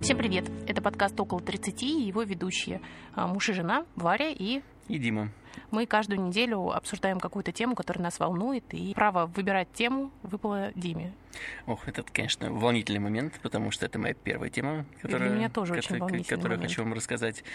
Всем привет! Это подкаст «Около 30» и его ведущие муж и жена Варя и Дима. Мы каждую неделю обсуждаем какую-то тему, которая нас волнует, и право выбирать тему выпало Диме. Ох, это, конечно, волнительный момент, потому что это моя первая тема, для меня тоже очень волнительный которую момент. хочу вам рассказать.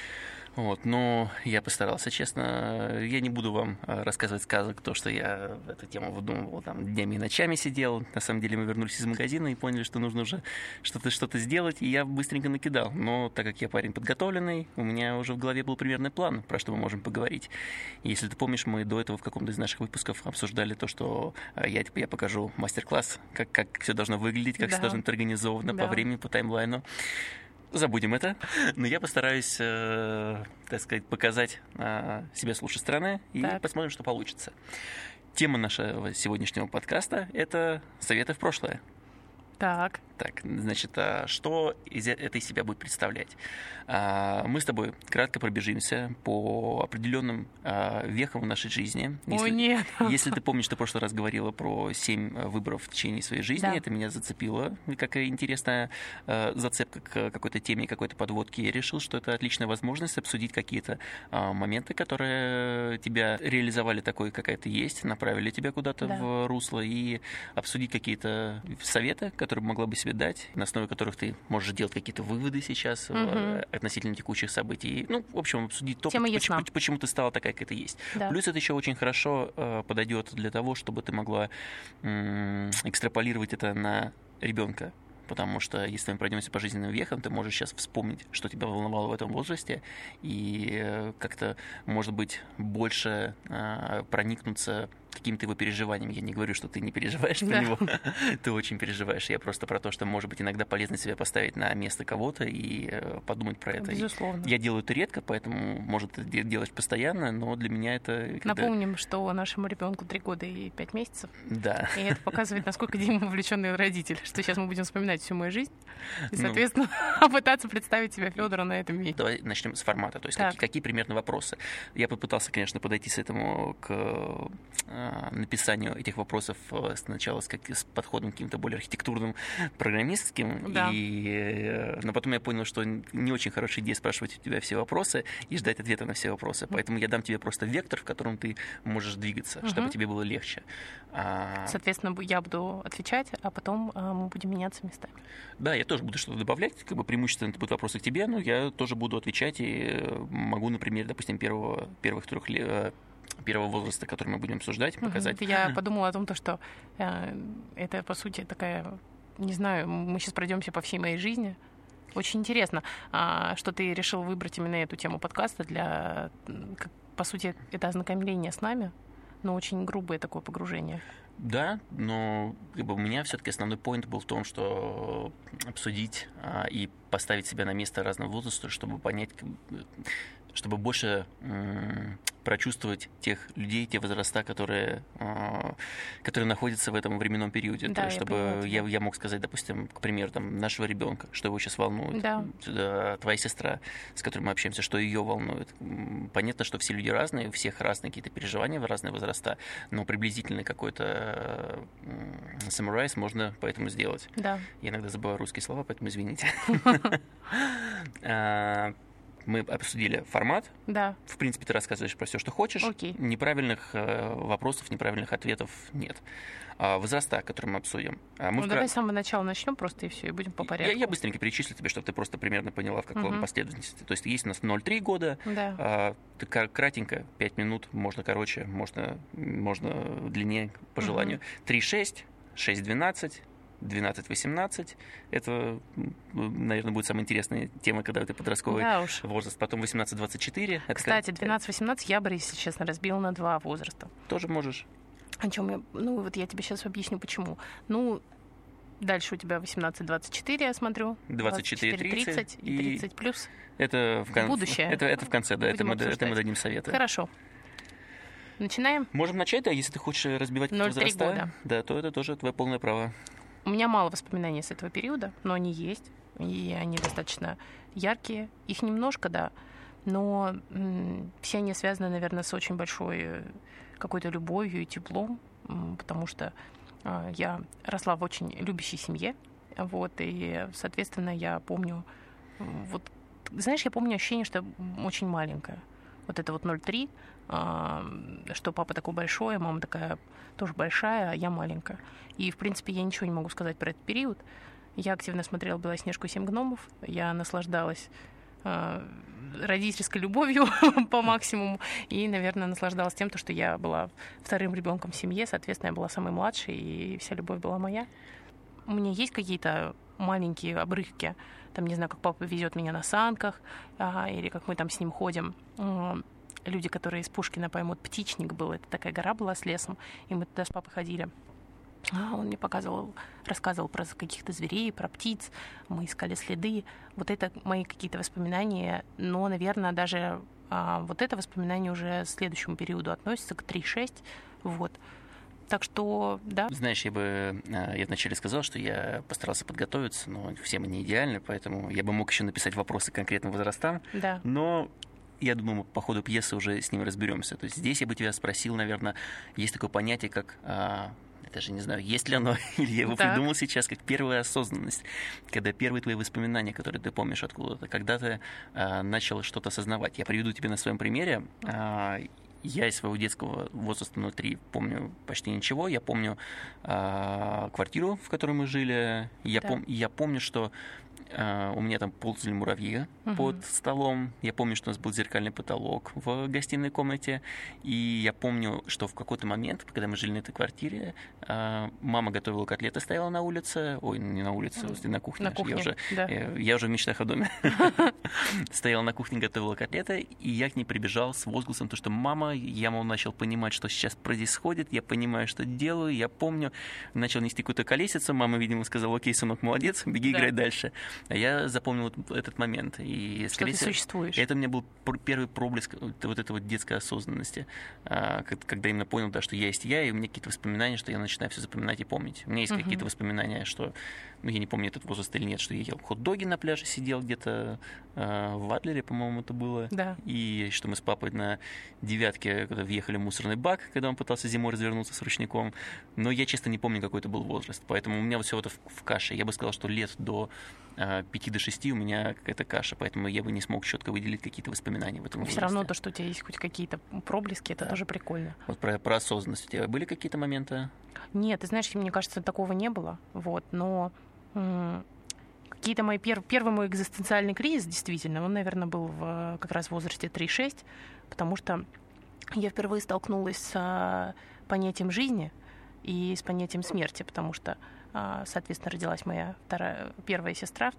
Но я постарался, честно. Я не буду вам рассказывать сказок, то, что я эту тему выдумывал, днями и ночами сидел. На самом деле мы вернулись из магазина и поняли, что нужно уже что-то сделать, и я быстренько накидал. Но так как я парень подготовленный, у меня уже в голове был примерный план, про что мы можем поговорить. Если ты помнишь, мы до этого в каком-то из наших выпусков обсуждали то, что я покажу мастер-класс, как все должно выглядеть, как все должно быть организовано по времени, по таймлайну. Забудем это, но я постараюсь, так сказать, показать себя с лучшей стороны и посмотрим, что получится. Тема нашего сегодняшнего подкаста – это советы в прошлое. Так, значит, что это из себя будет представлять? Мы с тобой кратко пробежимся по определенным вехам в нашей жизни. Если ты помнишь, ты в прошлый раз говорила про 7 выборов в течение своей жизни, это меня зацепило, как интересная зацепка к какой-то теме, какой-то подводке. Я решил, что это отличная возможность обсудить какие-то моменты, которые тебя реализовали такой, какая ты есть, направили тебя куда-то в русло, и обсудить какие-то советы, которые могла бы себе дать, на основе которых ты можешь делать какие-то выводы сейчас относительно текущих событий. В общем, обсудить то, почему ты стала такая, как ты есть. Да. Плюс это еще очень хорошо подойдет для того, чтобы ты могла экстраполировать это на ребенка. Потому что если мы пройдемся по жизненным вехам, ты можешь сейчас вспомнить, что тебя волновало в этом возрасте, и как-то, может быть, больше проникнуться какими-то его переживаниями. Я не говорю, что ты не переживаешь про него, ты очень переживаешь. Я просто про то, что, может быть, иногда полезно себя поставить на место кого-то и подумать про это. Безусловно. Я делаю это редко, поэтому, может, ты делаешь постоянно, но для меня это... Напомним, что нашему ребенку 3 года и 5 месяцев. Да. И это показывает, насколько Дима увлеченный родитель, что сейчас мы будем вспоминать всю мою жизнь и, соответственно, пытаться представить себя Федора на этом месте. Давай начнем с формата, то есть какие примерно вопросы. Я попытался, конечно, подойти с этому к написанию этих вопросов сначала с подходом каким-то более архитектурным, программистским, но потом я понял, что не очень хорошая идея спрашивать у тебя все вопросы и ждать ответа на все вопросы. Поэтому я дам тебе просто вектор, в котором ты можешь двигаться, чтобы тебе было легче. Соответственно, я буду отвечать, а потом мы будем меняться местами. Да, я тоже буду что-то добавлять, преимущественно это будут вопросы к тебе, но я тоже буду отвечать и могу, например, допустим, первых 3 лет, первого возраста, который мы будем обсуждать, показать. Я подумала о том, что это, по сути, такая, не знаю, мы сейчас пройдемся по всей моей жизни. Очень интересно, что ты решил выбрать именно эту тему подкаста для, по сути, это ознакомление с нами, но очень грубое такое погружение. Да, но у меня все-таки основной поинт был в том, что обсудить и поставить себя на место разного возраста, чтобы понять, чтобы больше прочувствовать тех людей, те возраста, которые находятся в этом временном периоде. Да, чтобы я мог сказать, допустим, к примеру, нашего ребенка, что его сейчас волнует, твоя сестра, с которой мы общаемся, что ее волнует. Понятно, что все люди разные, у всех разные какие-то переживания в разные возраста, но приблизительный какой-то summarize можно поэтому сделать. Да. Я иногда забываю русские слова, поэтому извините. Мы обсудили формат. Да. В принципе, ты рассказываешь про все, что хочешь. Окей. Неправильных вопросов, неправильных ответов нет. Возраста, которые мы обсудим. Давай с самого начала начнем просто и все, и будем по порядку. Я быстренько перечислю тебе, чтобы ты просто примерно поняла, в какой последовательности. То есть есть у нас 0,3 года. Да. Кратенько, 5 минут, можно короче, можно длиннее по желанию. 3,6, 6,12. 12-18, это, наверное, будет самая интересная тема, когда ты подростковый возраст. Потом 18-24. Кстати, 12-18 я бы, если честно, разбила на 2 возраста. Тоже можешь. О чем я? Я тебе сейчас объясню, почему. Дальше у тебя 18-24, я смотрю. 24-30 и 30 плюс. Это будущее. Это в конце, да, это мы дадим советы. Хорошо. Начинаем? Можем начать, да, если ты хочешь разбивать возраста. Года. Да, то это тоже твое полное право. У меня мало воспоминаний с этого периода, но они есть, и они достаточно яркие. Их немножко, да, но все они связаны, наверное, с очень большой какой-то любовью и теплом, потому что я росла в очень любящей семье, и, соответственно, я помню Вот, знаешь, я помню ощущение, что я очень маленькая. Вот это вот 0,3, что папа такой большой, а мама такая тоже большая, а я маленькая. И, в принципе, я ничего не могу сказать про этот период. Я активно смотрела «Белоснежку и 7 гномов», я наслаждалась родительской любовью по максимуму и, наверное, наслаждалась тем, что я была вторым ребенком в семье, соответственно, я была самой младшей, и вся любовь была моя. У меня есть какие-то маленькие обрывки, там, не знаю, как папа везет меня на санках, или как мы там с ним ходим. Люди, которые из Пушкина поймут, Птичник был, это такая гора была с лесом, и мы туда с папой ходили. Он мне рассказывал про каких-то зверей, про птиц, мы искали следы. Вот это мои какие-то воспоминания, но, наверное, даже вот это воспоминание уже к следующему периоду относится, к 3-6, вот. Так что, да. Знаешь, я вначале сказал, что я постарался подготовиться, но все мы не идеальны, поэтому я бы мог еще написать вопросы к конкретным возрастам, да. Но я думаю, мы по ходу пьесы уже с ним разберемся. То есть здесь я бы тебя спросил, наверное, есть такое понятие, как... Я даже не знаю, есть ли оно, или я его придумал сейчас, как первая осознанность. Когда первые твои воспоминания, которые ты помнишь откуда-то, когда ты начал что-то осознавать. Я приведу тебе на своем примере. Я из своего детского возраста внутри помню почти ничего. Я помню квартиру, в которой мы жили. Я помню, что у меня там ползали муравьи под столом. Я помню, что у нас был зеркальный потолок в гостиной комнате. И я помню, что в какой-то момент, когда мы жили на этой квартире, мама готовила котлеты, стояла на улице. Ой, не на улице, на кухне. На кухне, я уже в мечтах о доме. Стояла на кухне, готовила котлеты, и я к ней прибежал с возгласом, что мама, я, мол, начал понимать, что сейчас происходит, я понимаю, что делаю, я помню. Начал нести какую-то колесицу, мама, видимо, сказала: окей, сынок, молодец, беги играть дальше. А я запомнил этот момент. И, скорее всего, ты существуешь. Это у меня был первый проблеск вот этой вот детской осознанности, когда именно понял, да, что я есть я, и у меня какие-то воспоминания, что я начинаю все запоминать и помнить. У меня есть какие-то воспоминания, что, я не помню, этот возраст или нет, что я ел хот-доги на пляже, сидел где-то в Адлере, по-моему, это было. Да. И что мы с папой на девятке въехали в мусорный бак, когда он пытался зимой развернуться с ручником. Но я, честно, не помню, какой это был возраст. Поэтому у меня вот все это в каше. Я бы сказал, что лет до 5-6 у меня какая-то каша, поэтому я бы не смог четко выделить какие-то воспоминания в этом возрасте. Все равно то, что у тебя есть хоть какие-то проблески, это тоже прикольно. Вот про осознанность. У тебя были какие-то моменты? Нет, ты знаешь, мне кажется, такого не было. Вот, но какие-то мои первый мой экзистенциальный кризис, действительно, он, наверное, был как раз в возрасте 3-6, потому что я впервые столкнулась с понятием жизни и с понятием смерти, потому что, соответственно, родилась моя вторая сестра,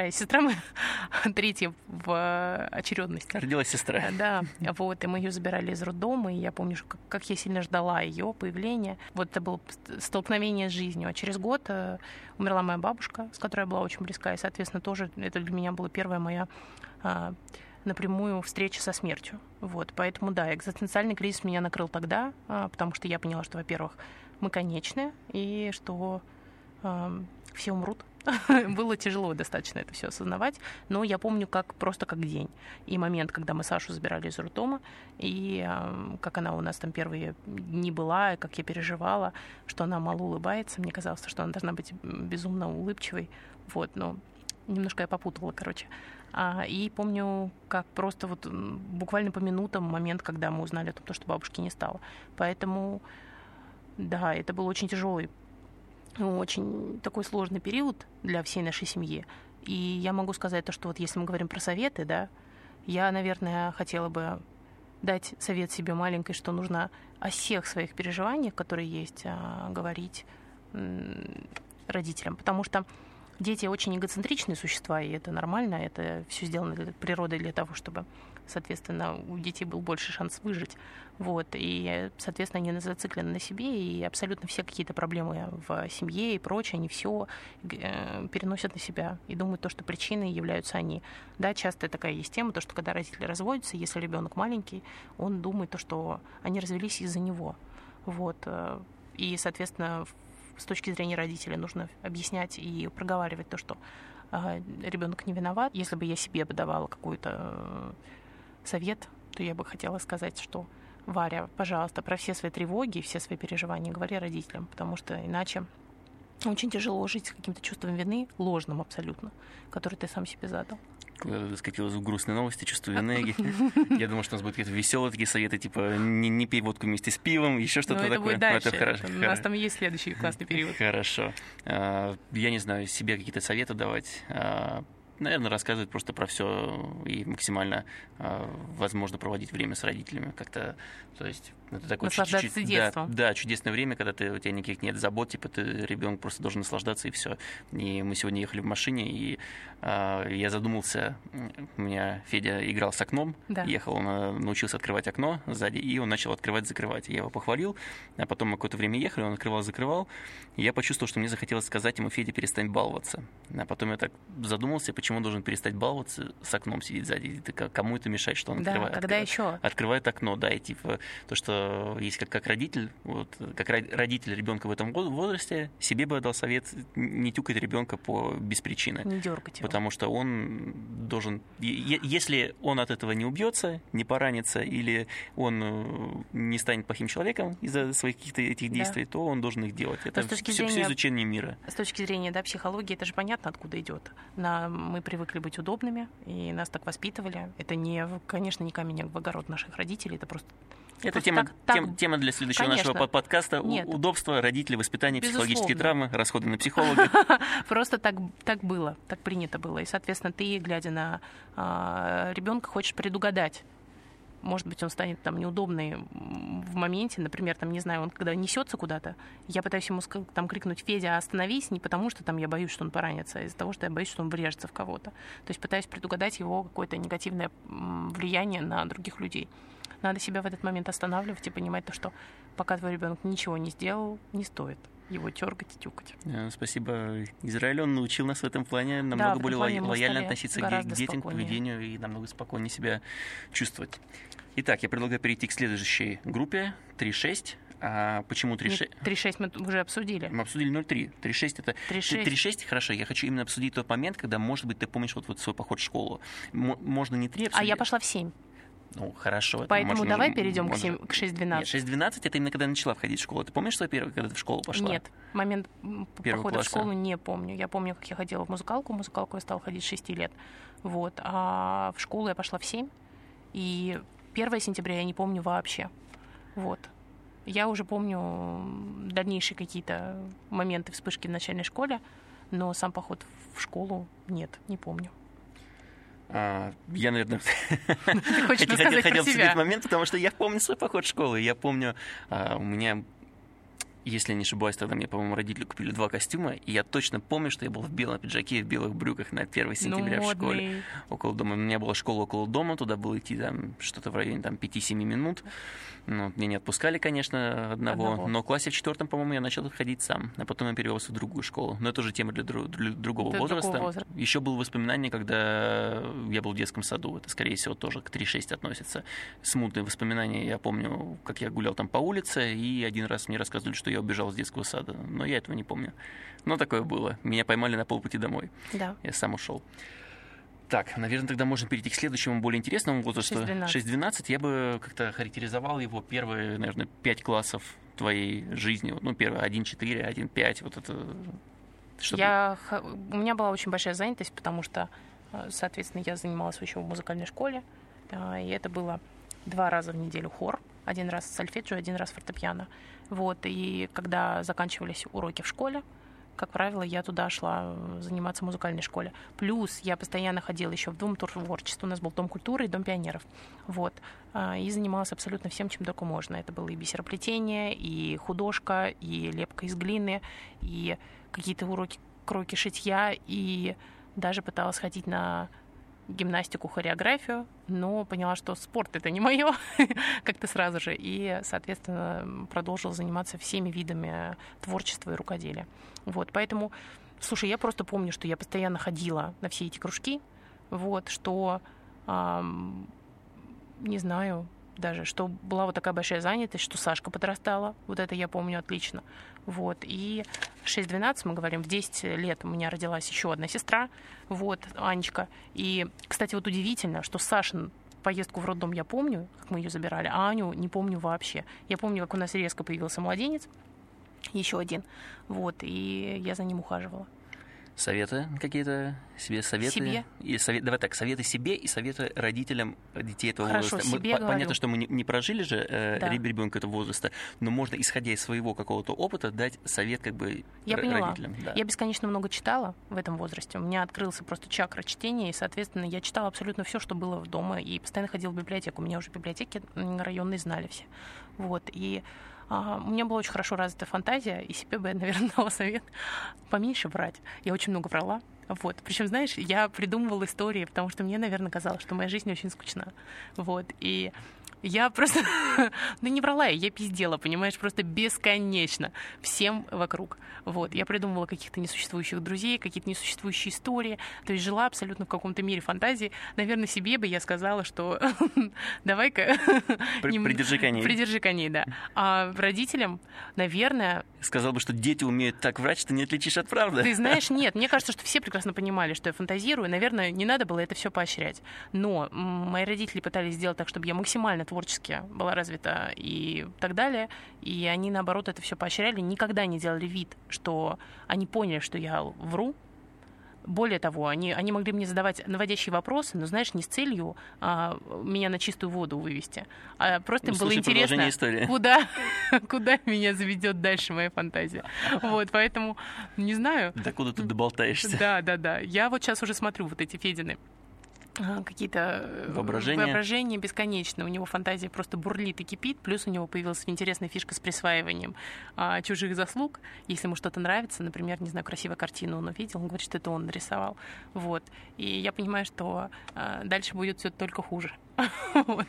третья в очередности. Родилась сестра. Да, вот, и мы ее забирали из роддома, и я помню, как я сильно ждала ее появления. Вот это было столкновение с жизнью. А через год умерла моя бабушка, с которой я была очень близка, и, соответственно, тоже это для меня была первая моя напрямую встреча со смертью. Вот, поэтому, да, экзистенциальный кризис меня накрыл тогда, потому что я поняла, что, во-первых, мы конечны, и что все умрут. Было тяжело достаточно это все осознавать, но я помню просто как день. И момент, когда мы Сашу забирали из роддома, и как она у нас там первые дни была, и как я переживала, что она мало улыбается. Мне казалось, что она должна быть безумно улыбчивой. Вот, но немножко я попутала, короче. И помню, как просто вот буквально по минутам момент, когда мы узнали о том, что бабушки не стало. Поэтому, да, это был очень тяжелый, очень такой сложный период для всей нашей семьи. И я могу сказать то, что вот если мы говорим про советы, да, я, наверное, хотела бы дать совет себе маленькой, что нужно о всех своих переживаниях, которые есть, говорить родителям. Потому что дети очень эгоцентричные существа, и это нормально, это все сделано природой для того, чтобы, соответственно, у детей был больше шанс выжить. Вот. И, соответственно, они зациклены на себе, и абсолютно все какие-то проблемы в семье и прочее, они все переносят на себя и думают то, что причиной являются они. Да, часто такая есть тема, то, что когда родители разводятся, если ребенок маленький, он думает то, что они развелись из-за него. Вот. И, соответственно, с точки зрения родителей нужно объяснять и проговаривать то, что ребенок не виноват. Если бы я себе давала какой-то совет, то я бы хотела сказать, что Варя, пожалуйста, про все свои тревоги, все свои переживания говори родителям, потому что иначе очень тяжело жить с каким-то чувством вины, ложным абсолютно, который ты сам себе задал. скатилась в грустные новости, чувствую энергии. Я думал, что у нас будут какие-то веселые такие советы, типа не пей водку вместе с пивом, еще что-то такое. Это будет дальше. Это хорошо. У нас там есть следующий классный период. Хорошо. Я не знаю, себе какие-то советы давать. Наверное, рассказывать просто про все и максимально возможно проводить время с родителями как-то, то есть это такое наслаждаться детством. Да, чудесное время, когда у тебя никаких нет забот, типа ты ребенок просто должен наслаждаться и все. И мы сегодня ехали в машине, и я задумался, у меня Федя играл с окном, ехал, он научился открывать окно сзади, и он начал открывать-закрывать. Я его похвалил, а потом мы какое-то время ехали, он открывал-закрывал, и я почувствовал, что мне захотелось сказать ему: Федя, перестань баловаться. А потом я так задумался, почему он должен перестать баловаться, с окном сидеть сзади, кому это мешает, что он открывает окно, да, и типа то, что есть как родитель, вот, как родитель ребенка в этом возрасте, себе бы дал совет не тюкать ребенка без причины. Не дергать его. Потому что он должен, если он от этого не убьется, не поранится, или он не станет плохим человеком из-за своих каких-то этих действий, то он должен их делать. Это все изучение мира. С точки зрения психологии, это же понятно, откуда идет. Мы привыкли быть удобными, и нас так воспитывали. Это конечно, не камень в огород наших родителей, это просто... Это тема для следующего нашего подкаста. Удобство, родители, воспитание, психологические травмы, расходы на психолога. Просто так было, так принято было. И, соответственно, ты, глядя на ребенка, хочешь предугадать. Может быть, он станет там неудобный в моменте, например, там, не знаю, он когда несется куда-то, я пытаюсь ему там крикнуть: Федя, остановись, не потому что там я боюсь, что он поранится, а из-за того, что я боюсь, что он врежется в кого-то. То есть пытаюсь предугадать его какое-то негативное влияние на других людей. Надо себя в этот момент останавливать и понимать то, что пока твой ребенок ничего не сделал, не стоит его тёргать и тюкать. Спасибо Израилю, он научил нас в этом плане намного более лояльно относиться к детям, к поведению и намного спокойнее себя чувствовать. Итак, я предлагаю перейти к следующей группе 3-6. А почему 3-6? 3-6 мы уже обсудили. Мы обсудили 0-3. 3-6 это... 3-6, хорошо. Я хочу именно обсудить тот момент, когда, может быть, ты помнишь вот свой поход в школу. Можно не 3 обсудить. А я пошла в 7. Ну, хорошо. Поэтому давай перейдем к 6-12. Нет, 6-12 это именно когда начала входить в школу. Ты помнишь свой первый, когда ты в школу пошла? Нет, момент похода в школу не помню. Я помню, как я ходила в музыкалку. В музыкалку я стала ходить с 6 лет. Вот. А в школу я пошла в 7. И 1 сентября я не помню вообще. Вот. Я уже помню дальнейшие какие-то моменты, вспышки в начальной школе, но сам поход в школу нет, не помню. Я, наверное, хотел обсудить момент, потому что я помню свой поход в школу. Я помню, у меня, если я не ошибаюсь, тогда мне, по-моему, родители купили 2 костюма, и я точно помню, что я был в белом пиджаке и в белых брюках на 1 сентября в школе. Около дома. У меня была школа около дома, туда было идти там что-то в районе 5-7 минут. Ну, меня не отпускали, конечно, одного. Но в классе в 4, по-моему, я начал ходить сам. А потом я перевелся в другую школу. Но это уже тема для другого возраста. Еще было воспоминание, когда я был в детском саду. Это, скорее всего, тоже к 3-6 относится. Смутные воспоминания. Я помню, как я гулял там по улице, и один раз мне рассказывали, что я убежал с детского сада. Но я этого не помню. Но такое было. Меня поймали на полпути домой. Да. Я сам ушел. Так, наверное, тогда можно перейти к следующему, более интересному возрасту. 6-12. Я бы как-то характеризовал его первые, наверное, 5 классов твоей жизни. Ну, первые 1-4, 1-5. Вот это... У меня была очень большая занятость, потому что, соответственно, я занималась еще в музыкальной школе. И это было 2 раза в неделю хор. 1 раз сольфеджио, 1 раз фортепиано. Вот. И когда заканчивались уроки в школе, как правило, я туда шла заниматься в музыкальной школе. Плюс я постоянно ходила еще в Дом творчества. У нас был Дом культуры и Дом пионеров. Вот. И занималась абсолютно всем, чем только можно. Это было и бисероплетение, и художка, и лепка из глины, и какие-то уроки кройки шитья, и даже пыталась ходить на гимнастику, хореографию, но поняла, что спорт — это не мое, как-то сразу же, и, соответственно, продолжила заниматься всеми видами творчества и рукоделия. Вот, поэтому, слушай, я просто помню, что я постоянно ходила на все эти кружки, вот, что, не знаю даже, что была вот такая большая занятость, что Сашка подрастала, вот это я помню отлично. Вот, и 6-12, мы говорим, в 10 лет у меня родилась еще одна сестра, вот, Анечка. И, кстати, вот удивительно, что Сашин поездку в роддом я помню, как мы ее забирали, а Аню не помню вообще. Я помню, как у нас резко появился младенец, еще один, вот, и я за ним ухаживала. Советы какие-то? Советы? Себе. Давай так, советы себе и советы родителям детей этого Хорошо, возраста. себе говорю. Понятно, что мы не прожили же Да. ребенка этого возраста, но можно, исходя из своего какого-то опыта, дать совет как бы Я поняла. родителям. Да. Я бесконечно много читала в этом возрасте. У меня открылся просто чакра чтения, и, соответственно, я читала абсолютно все, что было дома, и постоянно ходила в библиотеку. У меня уже библиотеки районные знали все. Вот. И у меня была очень хорошо развита фантазия, и себе бы я, наверное, дала совет поменьше врать. Я очень много врала. Вот. Причем, знаешь, я придумывала истории, потому что мне, наверное, казалось, что моя жизнь очень скучна. Вот. И я просто... Ну, не врала я пиздела, понимаешь, просто бесконечно всем вокруг. Вот. Я придумывала каких-то несуществующих друзей, какие-то несуществующие истории. То есть жила абсолютно в каком-то мире фантазии. Наверное, себе бы я сказала, что давай-ка... Придержи коней. Придержи коней, да. А родителям, наверное... Сказал бы, что дети умеют так врать, что не отличишь от правды. Ты знаешь, нет, мне кажется, что все прекрасно понимали, что я фантазирую. Наверное, не надо было это все поощрять. Но мои родители пытались сделать так, чтобы я максимально творчески была развита и так далее. И они, наоборот, это все поощряли, никогда не делали вид, что они поняли, что я вру. Более того, они могли мне задавать наводящие вопросы, но, знаешь, не с целью меня на чистую воду вывести, а просто им было интересно, куда меня заведет дальше моя фантазия. Вот, поэтому, не знаю. Докуда ты доболтаешься. Да. Я вот сейчас уже смотрю вот эти Федины какие-то воображения бесконечные. У него фантазия просто бурлит и кипит. Плюс у него появилась интересная фишка с присваиванием чужих заслуг. Если ему что-то нравится, например, не знаю, красивую картину он увидел, он говорит, что это он нарисовал. Вот. И я понимаю, что дальше будет все только хуже. Вот.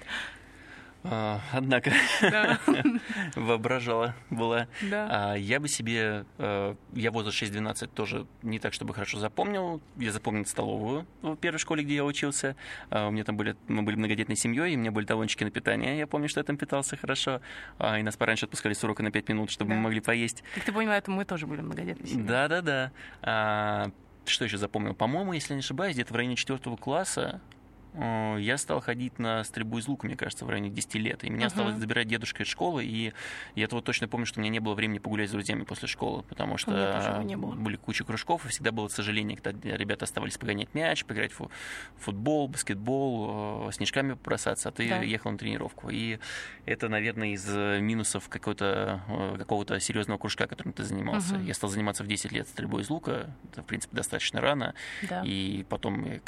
Однако, Да. воображала была. Да. Я бы себе... Я возраст 6-12 тоже не так, чтобы хорошо запомнил. Я запомнил столовую в первой школе, где я учился. Мы были многодетной семьей, и у меня были талончики на питание. Я помню, что я там питался хорошо. И нас пораньше отпускали с урока на 5 минут, чтобы мы могли поесть. Как ты понимаешь, мы тоже были многодетной семьей. Да. Что еще запомнил? По-моему, если не ошибаюсь, где-то в районе 4 класса я стал ходить на стрельбу из лука, мне кажется, в районе 10 лет. И меня стал забирать дедушка из школы, и я вот точно помню, что у меня не было времени погулять с друзьями после школы, потому что были куча кружков, и всегда было сожаление, когда ребята оставались погонять мяч, поиграть в футбол, баскетбол, снежками побросаться, а ты ехал на тренировку. И это, наверное, из минусов какого-то серьезного кружка, которым ты занимался. Я стал заниматься в 10 лет стрельбой из лука, это, в принципе, достаточно рано, и потом я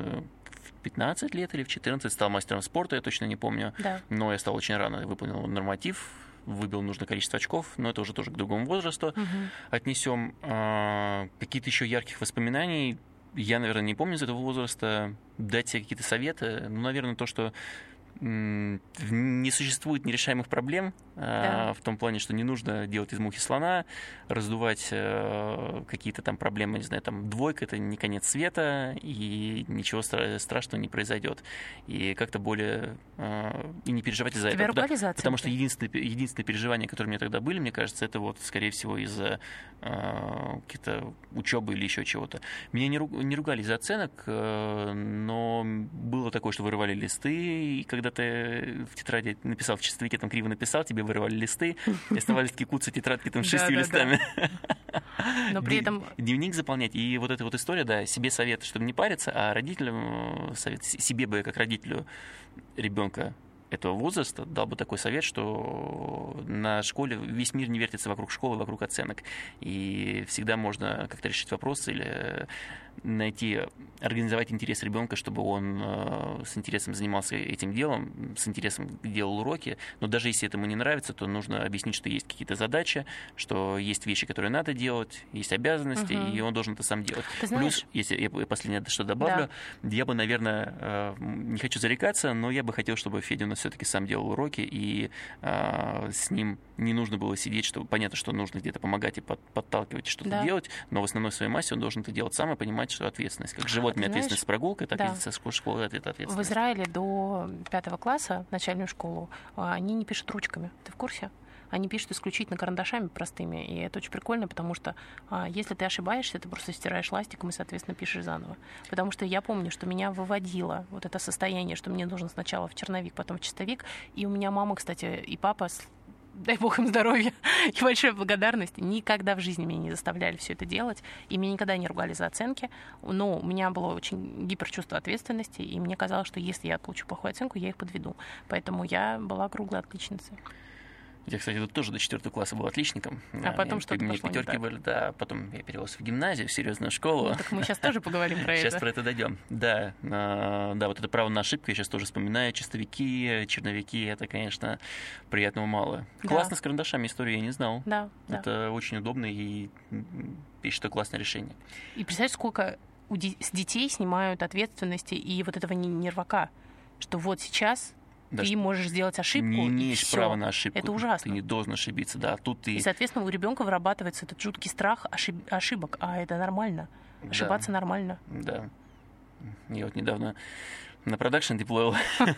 15 лет или в 14 стал мастером спорта, я точно не помню. Да. Но я стал очень рано, выполнил норматив, выбил нужное количество очков, но это уже тоже к другому возрасту. Отнесем какие-то еще ярких воспоминаний. Я, наверное, не помню из этого возраста. Дать себе какие-то советы. Ну, наверное, то, что не существует нерешаемых проблем, в том плане, что не нужно делать из мухи слона, раздувать какие-то там проблемы, не знаю, там двойка — это не конец света, и ничего страшного не произойдет. И как-то более... И не переживать из-за этого. Потому что единственное переживание, которое у меня тогда были, мне кажется, это вот, скорее всего, из-за каких-то учебы или еще чего-то. Меня не ругали из-за оценок, но было такое, что вырывали листы, и когда ты в тетради написал, в чистовике там криво написал, тебе вырывали листы, и оставались такие куцы тетрадки там с 6 листами. Но при этом... Дневник заполнять. И вот эта вот история, да, себе совет, чтобы не париться, а родителям совет, себе бы, как родителю ребенка этого возраста, дал бы такой совет, что на школе весь мир не вертится вокруг школы, вокруг оценок. И всегда можно как-то решить вопрос или организовать интерес ребенка, чтобы он с интересом занимался этим делом, с интересом делал уроки. Но даже если это ему не нравится, то нужно объяснить, что есть какие-то задачи, что есть вещи, которые надо делать, есть обязанности, и он должен это сам делать. Плюс, если я последнее что добавлю, я бы, наверное, не хочу зарекаться, но я бы хотел, чтобы Федя у нас все-таки сам делал уроки, и с ним не нужно было сидеть, что понятно, что нужно где-то помогать и подталкивать, что-то делать, но в основной своей массе он должен это делать сам и понимать, что ответственность. Как животное ответственность с прогулкой, так и со школы это ответственность. В Израиле до 5 класса, начальную школу, они не пишут ручками. Ты в курсе? Они пишут исключительно карандашами простыми, и это очень прикольно, потому что если ты ошибаешься, ты просто стираешь ластиком и, соответственно, пишешь заново. Потому что я помню, что меня выводило вот это состояние, что мне нужно сначала в черновик, потом в чистовик, и у меня мама, кстати, и папа дай бог им здоровья и большая благодарность, никогда в жизни меня не заставляли все это делать, и меня никогда не ругали за оценки, но у меня было очень гиперчувство ответственности, и мне казалось, что если я получу плохую оценку, я их подведу. Поэтому я была круглой отличницей. Я, кстати, тут тоже до 4 класса был отличником. А потом что-то пошло не так. были, да. Потом я перевелся в гимназию, в серьезную школу. Ну, так мы сейчас тоже поговорим про это. Сейчас про это дойдем. Да, вот это право на ошибку я сейчас тоже вспоминаю. Чистовики, черновики, это, конечно, приятного мало. Да. Классно с карандашами историю я не знал. Да. Это очень удобно и я считаю, классное решение. И представляешь, сколько с детей снимают ответственности и вот этого нервака, что вот сейчас... Да, ты можешь сделать ошибку. Не имеешь и права на ошибку. Это ужасно. Ты не должен ошибиться, да. Тут ты... И, соответственно, у ребенка вырабатывается этот жуткий страх ошибок, а это нормально. Ошибаться нормально. Да. Я вот недавно на продакшн деплоил.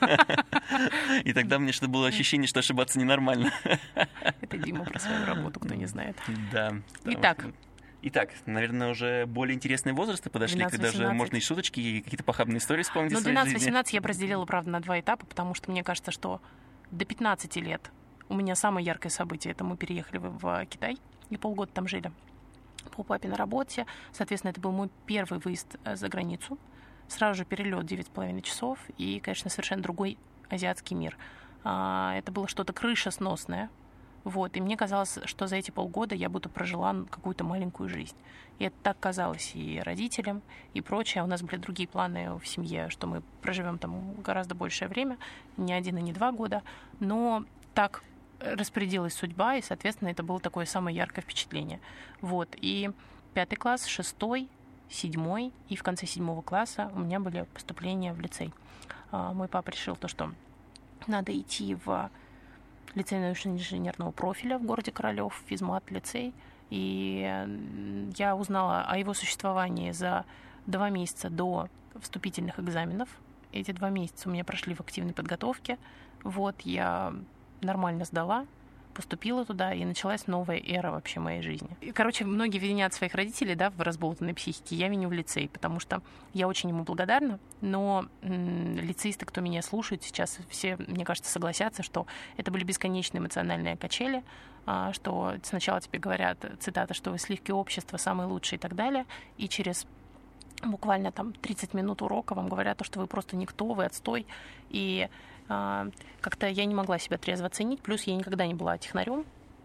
И тогда мне что было ощущение, что ошибаться ненормально. Это Дима про свою работу, кто не знает. Да. Итак, наверное, уже более интересные возрасты подошли, когда же можно и шуточки, и какие-то похабные истории вспомнить. Ну, 12-18 я бы разделила, правда, на 2 этапа, потому что мне кажется, что до 15 лет у меня самое яркое событие — это мы переехали в Китай и полгода там жили по папе на работе. Соответственно, это был мой первый выезд за границу. Сразу же перелет 9,5 часов и, конечно, совершенно другой азиатский мир. Это было что-то крышесносное. Вот, и мне казалось, что за эти полгода я будто прожила какую-то маленькую жизнь. И это так казалось и родителям, и прочее. У нас были другие планы в семье, что мы проживем там гораздо большее время, не 1 и не 2 года. Но так распорядилась судьба, и, соответственно, это было такое самое яркое впечатление. Вот, и 5 класс, 6, 7, и в конце 7 класса у меня были поступления в лицей. Мой папа решил то, что надо идти в лицей научно-инженерного профиля в городе Королёв, физмат-лицей. И я узнала о его существовании за 2 месяца до вступительных экзаменов. Эти 2 месяца у меня прошли в активной подготовке. Вот, я нормально сдала, поступила туда, и началась новая эра вообще моей жизни. И, короче, многие винят своих родителей, да, в разболтанной психике. Я виню в лицей, потому что я очень ему благодарна, но лицеисты, кто меня слушает сейчас, все, мне кажется, согласятся, что это были бесконечные эмоциональные качели, что сначала тебе говорят, цитата, что вы сливки общества, самые лучшие и так далее, и через буквально там 30 минут урока вам говорят, что вы просто никто, вы отстой, и как-то я не могла себя трезво оценить, плюс я никогда не была технарем,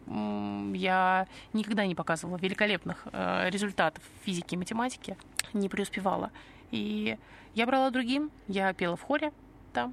я никогда не показывала великолепных результатов физики и математики, не преуспевала. И я брала другим, я пела в хоре там,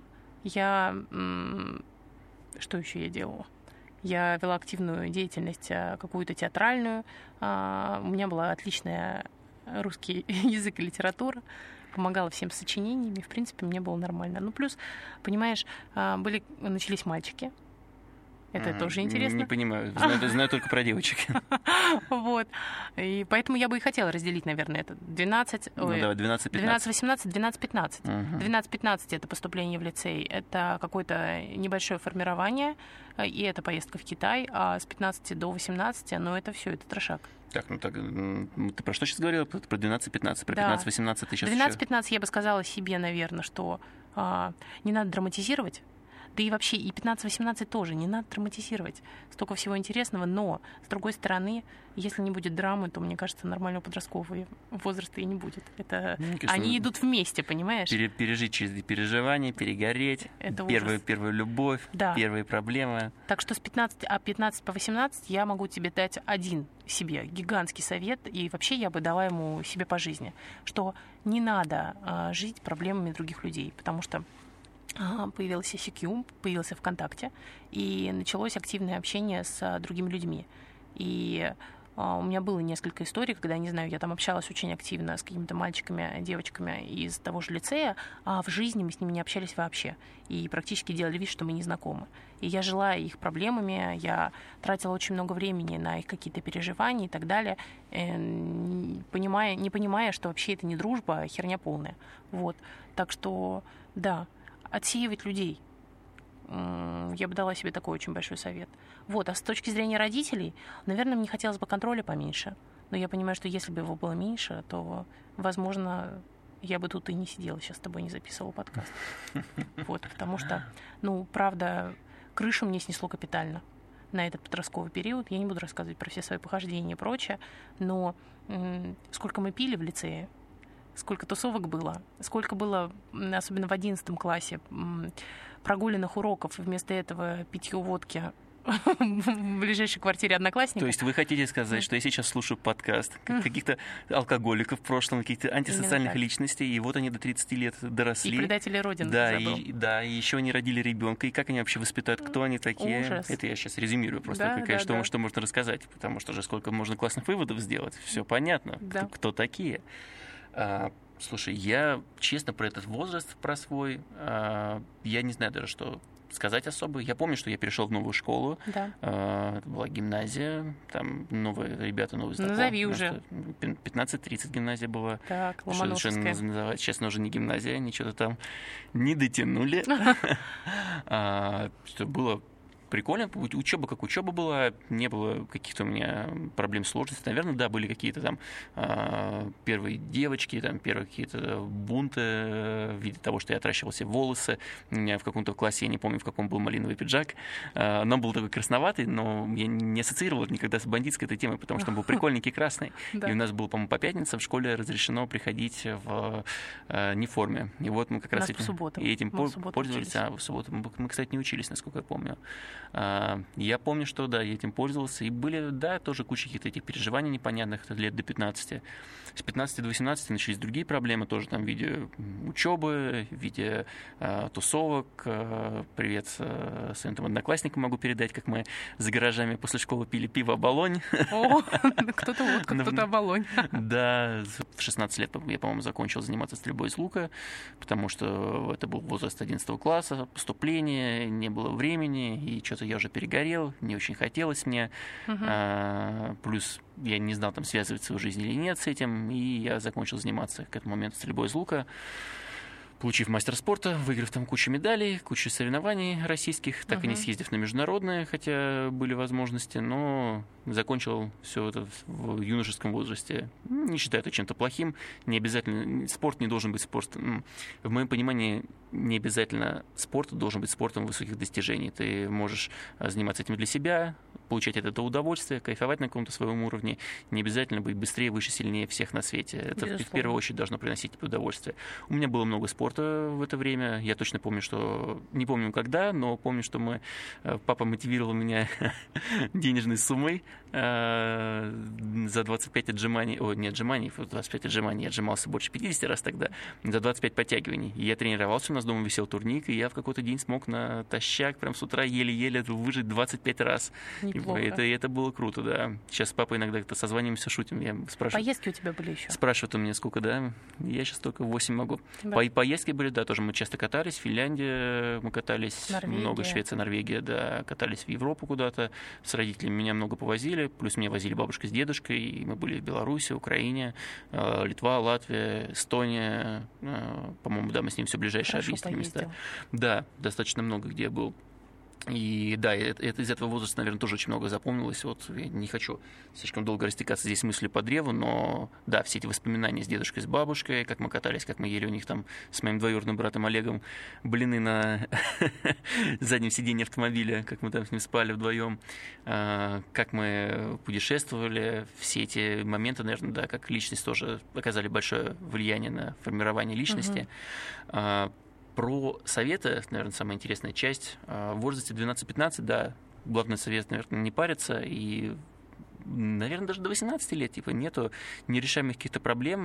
что еще я делала? Я вела активную деятельность, какую-то театральную, у меня была отличная русский язык и литература, помогала всем с сочинениями, в принципе, мне было нормально. Ну, плюс, понимаешь, начались мальчики. Это тоже интересно. Не понимаю, знаю только про девочек. Вот. И поэтому я бы и хотела разделить, наверное, это 12... Ну, давай, 12-15. 12-18, 12-15. 12-15 — это поступление в лицей, это какое-то небольшое формирование, и это поездка в Китай, а с 15 до 18, ну, это все, это трешак. Так, ты про что сейчас говорила? Про 12-15, про 15-18 ты сейчас 12-15 я бы сказала себе, наверное, что не надо драматизировать. Да и вообще, и 15-18 тоже, не надо драматизировать. Столько всего интересного, но, с другой стороны, если не будет драмы, то, мне кажется, нормального подросткового возраста и не будет. Это они идут вместе, понимаешь? Пережить через переживания, перегореть, первую любовь, первые проблемы. Так что с 15 по 18 я могу тебе дать один себе гигантский совет, и вообще я бы дала ему себе по жизни, что не надо жить проблемами других людей, потому что появился ICQ, появился ВКонтакте, и началось активное общение с другими людьми. И у меня было несколько историй, когда, не знаю, я там общалась очень активно с какими-то мальчиками, девочками из того же лицея, а в жизни мы с ними не общались вообще. И практически делали вид, что мы не знакомы. И я жила их проблемами, я тратила очень много времени на их какие-то переживания и так далее, не понимая, что вообще это не дружба, а херня полная. Вот. Так что, да, отсеивать людей. Я бы дала себе такой очень большой совет. Вот. А с точки зрения родителей, наверное, мне хотелось бы контроля поменьше. Но я понимаю, что если бы его было меньше, то, возможно, я бы тут и не сидела сейчас с тобой, не записывала подкаст. Вот. Потому что, правда, крышу мне снесло капитально. на этот подростковый период. Я не буду рассказывать про все свои похождения и прочее, но сколько мы пили в лицее, сколько тусовок было, сколько было, особенно в 11 классе, прогуленных уроков, и вместо этого питье водки в ближайшей квартире одноклассника. То есть вы хотите сказать, что я сейчас слушаю подкаст каких-то алкоголиков в прошлом, каких-то антисоциальных личностей, и вот они до 30 лет доросли. И предатели Родины. Да, и еще они родили ребенка. И как они вообще воспитают, кто они такие? Ужас. Это я сейчас резюмирую просто, что можно рассказать, потому что же сколько можно классных выводов сделать. Все понятно, кто такие. Слушай, я честно про этот возраст, про свой, я не знаю даже, что сказать особо. Я помню, что я перешел в новую школу. Да. Это была гимназия, там новые ребята, новые знакомые. Назови уже. 15-30 гимназия была. Так, Ломоносовская. Сейчас уже не гимназия, ничего там не дотянули. Что было прикольно, учеба как учеба была, не было каких-то у меня проблем, сложностей. Наверное, да, были какие-то там первые девочки, там первые какие-то бунты в виде того, что я отращивал себе волосы. У меня в каком-то классе, я не помню, в каком был малиновый пиджак, но он был такой красноватый, но я не ассоциировал это никогда с бандитской этой темой, потому что он был прикольненький красный. И у нас было, по-моему, по пятницам в школе разрешено приходить в не форме. И вот мы как раз этим пользовались. А в субботу мы, кстати, не учились, насколько я помню. Я помню, что да, я этим пользовался. И были, да, тоже куча каких-то этих переживаний непонятных лет до 15. С 15 до 18 начались другие проблемы, тоже там в виде учебы, в виде тусовок. Привет своим там одноклассникам могу передать, как мы за гаражами после школы пили пиво «Оболонь». О, кто-то водку, кто-то «Оболонь». Да, в 16 лет я, по-моему, закончил заниматься стрельбой из лука, потому что это был возраст 11 класса, поступление, не было времени, и что-то я уже перегорел, не очень хотелось мне. Плюс я не знал, там, связывать свою жизнь или нет с этим, и я закончил заниматься к этому моменту стрельбой из лука, получив мастер спорта, выиграв там кучу медалей, кучу соревнований российских, так и не съездив на международные, хотя были возможности, но закончил все это в юношеском возрасте. Не считаю это чем-то плохим. Не обязательно спорт не должен быть спортом. В моем понимании, не обязательно спорт должен быть спортом высоких достижений. Ты можешь заниматься этим для себя, получать от этого удовольствие, кайфовать на каком-то своем уровне. Не обязательно быть быстрее, выше, сильнее всех на свете. Это в первую очередь должно приносить тебе удовольствие. У меня было много спорта в это время. Я точно помню, что... Не помню когда, но помню, что папа мотивировал меня денежной суммой за 25 отжиманий. О, не отжиманий, 25 отжиманий. Я отжимался больше 50 раз тогда. За 25 подтягиваний. И я тренировался, у нас дома висел турник, и я в какой-то день смог натощак прям с утра еле-еле выжить 25 раз. Неплохо. И это было круто, да. Сейчас с папой иногда как-то созваниваемся, шутим. Я спрашиваю, поездки у тебя были еще? Спрашивают у меня, сколько, да. Я сейчас только 8 могу. Да. Поездки были, да, тоже мы часто катались. Финляндия мы катались, много, Швеция, Норвегия, да, катались в Европу куда-то. С родителями меня много повозили, плюс меня возили бабушка с дедушкой, и мы были в Беларуси, Украине, Литва, Латвия, Эстония. По-моему, да, мы с ним все ближайшие объездили места. Да, достаточно много где я был. И да, это из этого возраста, наверное, тоже очень много запомнилось. Вот я не хочу слишком долго растекаться здесь мыслью по древу, но да, все эти воспоминания с дедушкой, с бабушкой, как мы катались, как мы ели у них там с моим двоюродным братом Олегом блины на заднем сиденье автомобиля, как мы там с ним спали вдвоем, как мы путешествовали, все эти моменты, наверное, да, как личность тоже оказали большое влияние на формирование личности. Про советы, наверное, самая интересная часть. В возрасте 12-15, да, главный совет, наверное, не париться. И, наверное, даже до 18 лет нету нерешаемых каких-то проблем.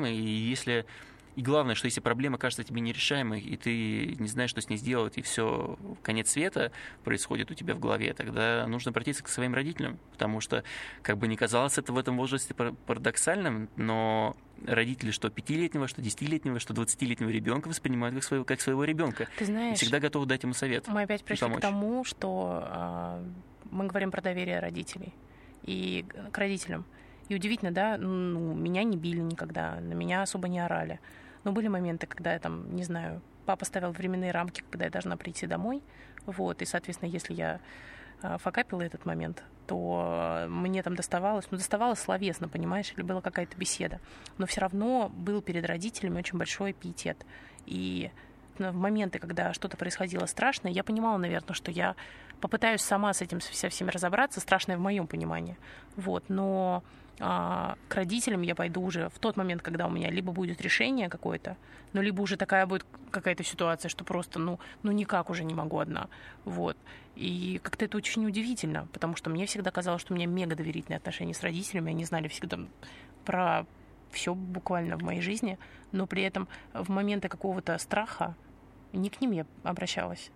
И главное, что если проблема кажется тебе нерешаемой, и ты не знаешь, что с ней сделать, и все, конец света происходит у тебя в голове, тогда нужно обратиться к своим родителям. Потому что, как бы ни казалось это в этом возрасте парадоксальным, но родители что 5-летнего, что 10-летнего, что 20-летнего ребенка воспринимают как своего ребенка. Ты знаешь, и всегда готовы дать ему совет. Мы опять пришли к тому, что мы говорим про доверие родителей и к родителям. И удивительно, да, меня не били никогда, на меня особо не орали. Но были моменты, когда я там, не знаю, папа ставил временные рамки, когда я должна прийти домой. Вот, и, соответственно, если я факапила этот момент, то мне там доставалось словесно, понимаешь, или была какая-то беседа. Но все равно был перед родителями очень большой пиетет. И в моменты, когда что-то происходило страшное, я понимала, наверное, что я попытаюсь сама с этим со всеми разобраться, страшное в моем понимании. Вот, но к родителям я пойду уже в тот момент, когда у меня либо будет решение какое-то, ну, либо уже такая будет какая-то ситуация, что просто, ну никак уже не могу одна. Вот. И как-то это очень удивительно, потому что мне всегда казалось, что у меня мега доверительные отношения с родителями, они знали всегда про все буквально в моей жизни, но при этом в моменты какого-то страха не к ним я обращалась.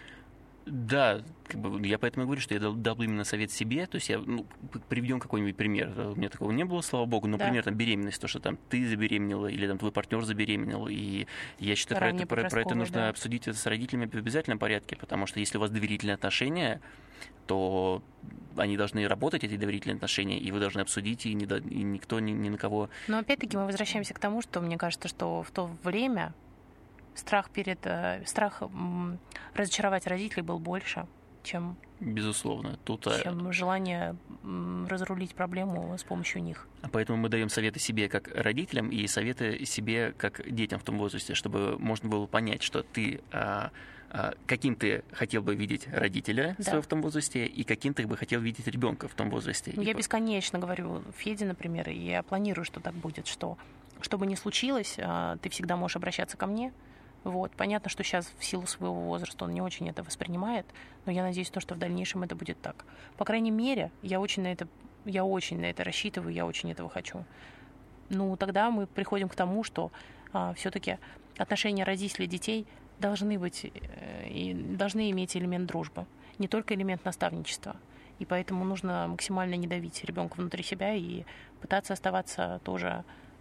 Да, я поэтому и говорю, что я дал именно совет себе. То есть я, приведем какой-нибудь пример. У меня такого не было, слава богу. Но, например, там беременность, то, что там ты забеременела или там твой партнер забеременел. И я считаю, про это нужно обсудить это с родителями в обязательном порядке, потому что если у вас доверительные отношения, то они должны работать, эти доверительные отношения, и вы должны обсудить, и никто ни на кого... Но опять-таки мы возвращаемся к тому, что мне кажется, что в то время страх разочаровать родителей был больше, чем... Безусловно. Чем желание разрулить проблему с помощью них. Поэтому мы даем советы себе как родителям и советы себе как детям в том возрасте, чтобы можно было понять, что ты... каким ты хотел бы видеть родителя своего в том возрасте, и каким ты бы хотел видеть ребенка в том возрасте. Я бесконечно говорю Феде, например, и я планирую, что так будет, что бы ни случилось, ты всегда можешь обращаться ко мне. Вот. Понятно, что сейчас в силу своего возраста он не очень это воспринимает, но я надеюсь, что в дальнейшем это будет так. По крайней мере, я очень на это рассчитываю, я очень этого хочу. Ну, тогда мы приходим к тому, что все-таки отношения родителей и детей должны быть и должны иметь элемент дружбы, не только элемент наставничества. И поэтому нужно максимально не давить ребенка внутри себя и пытаться оставаться тоже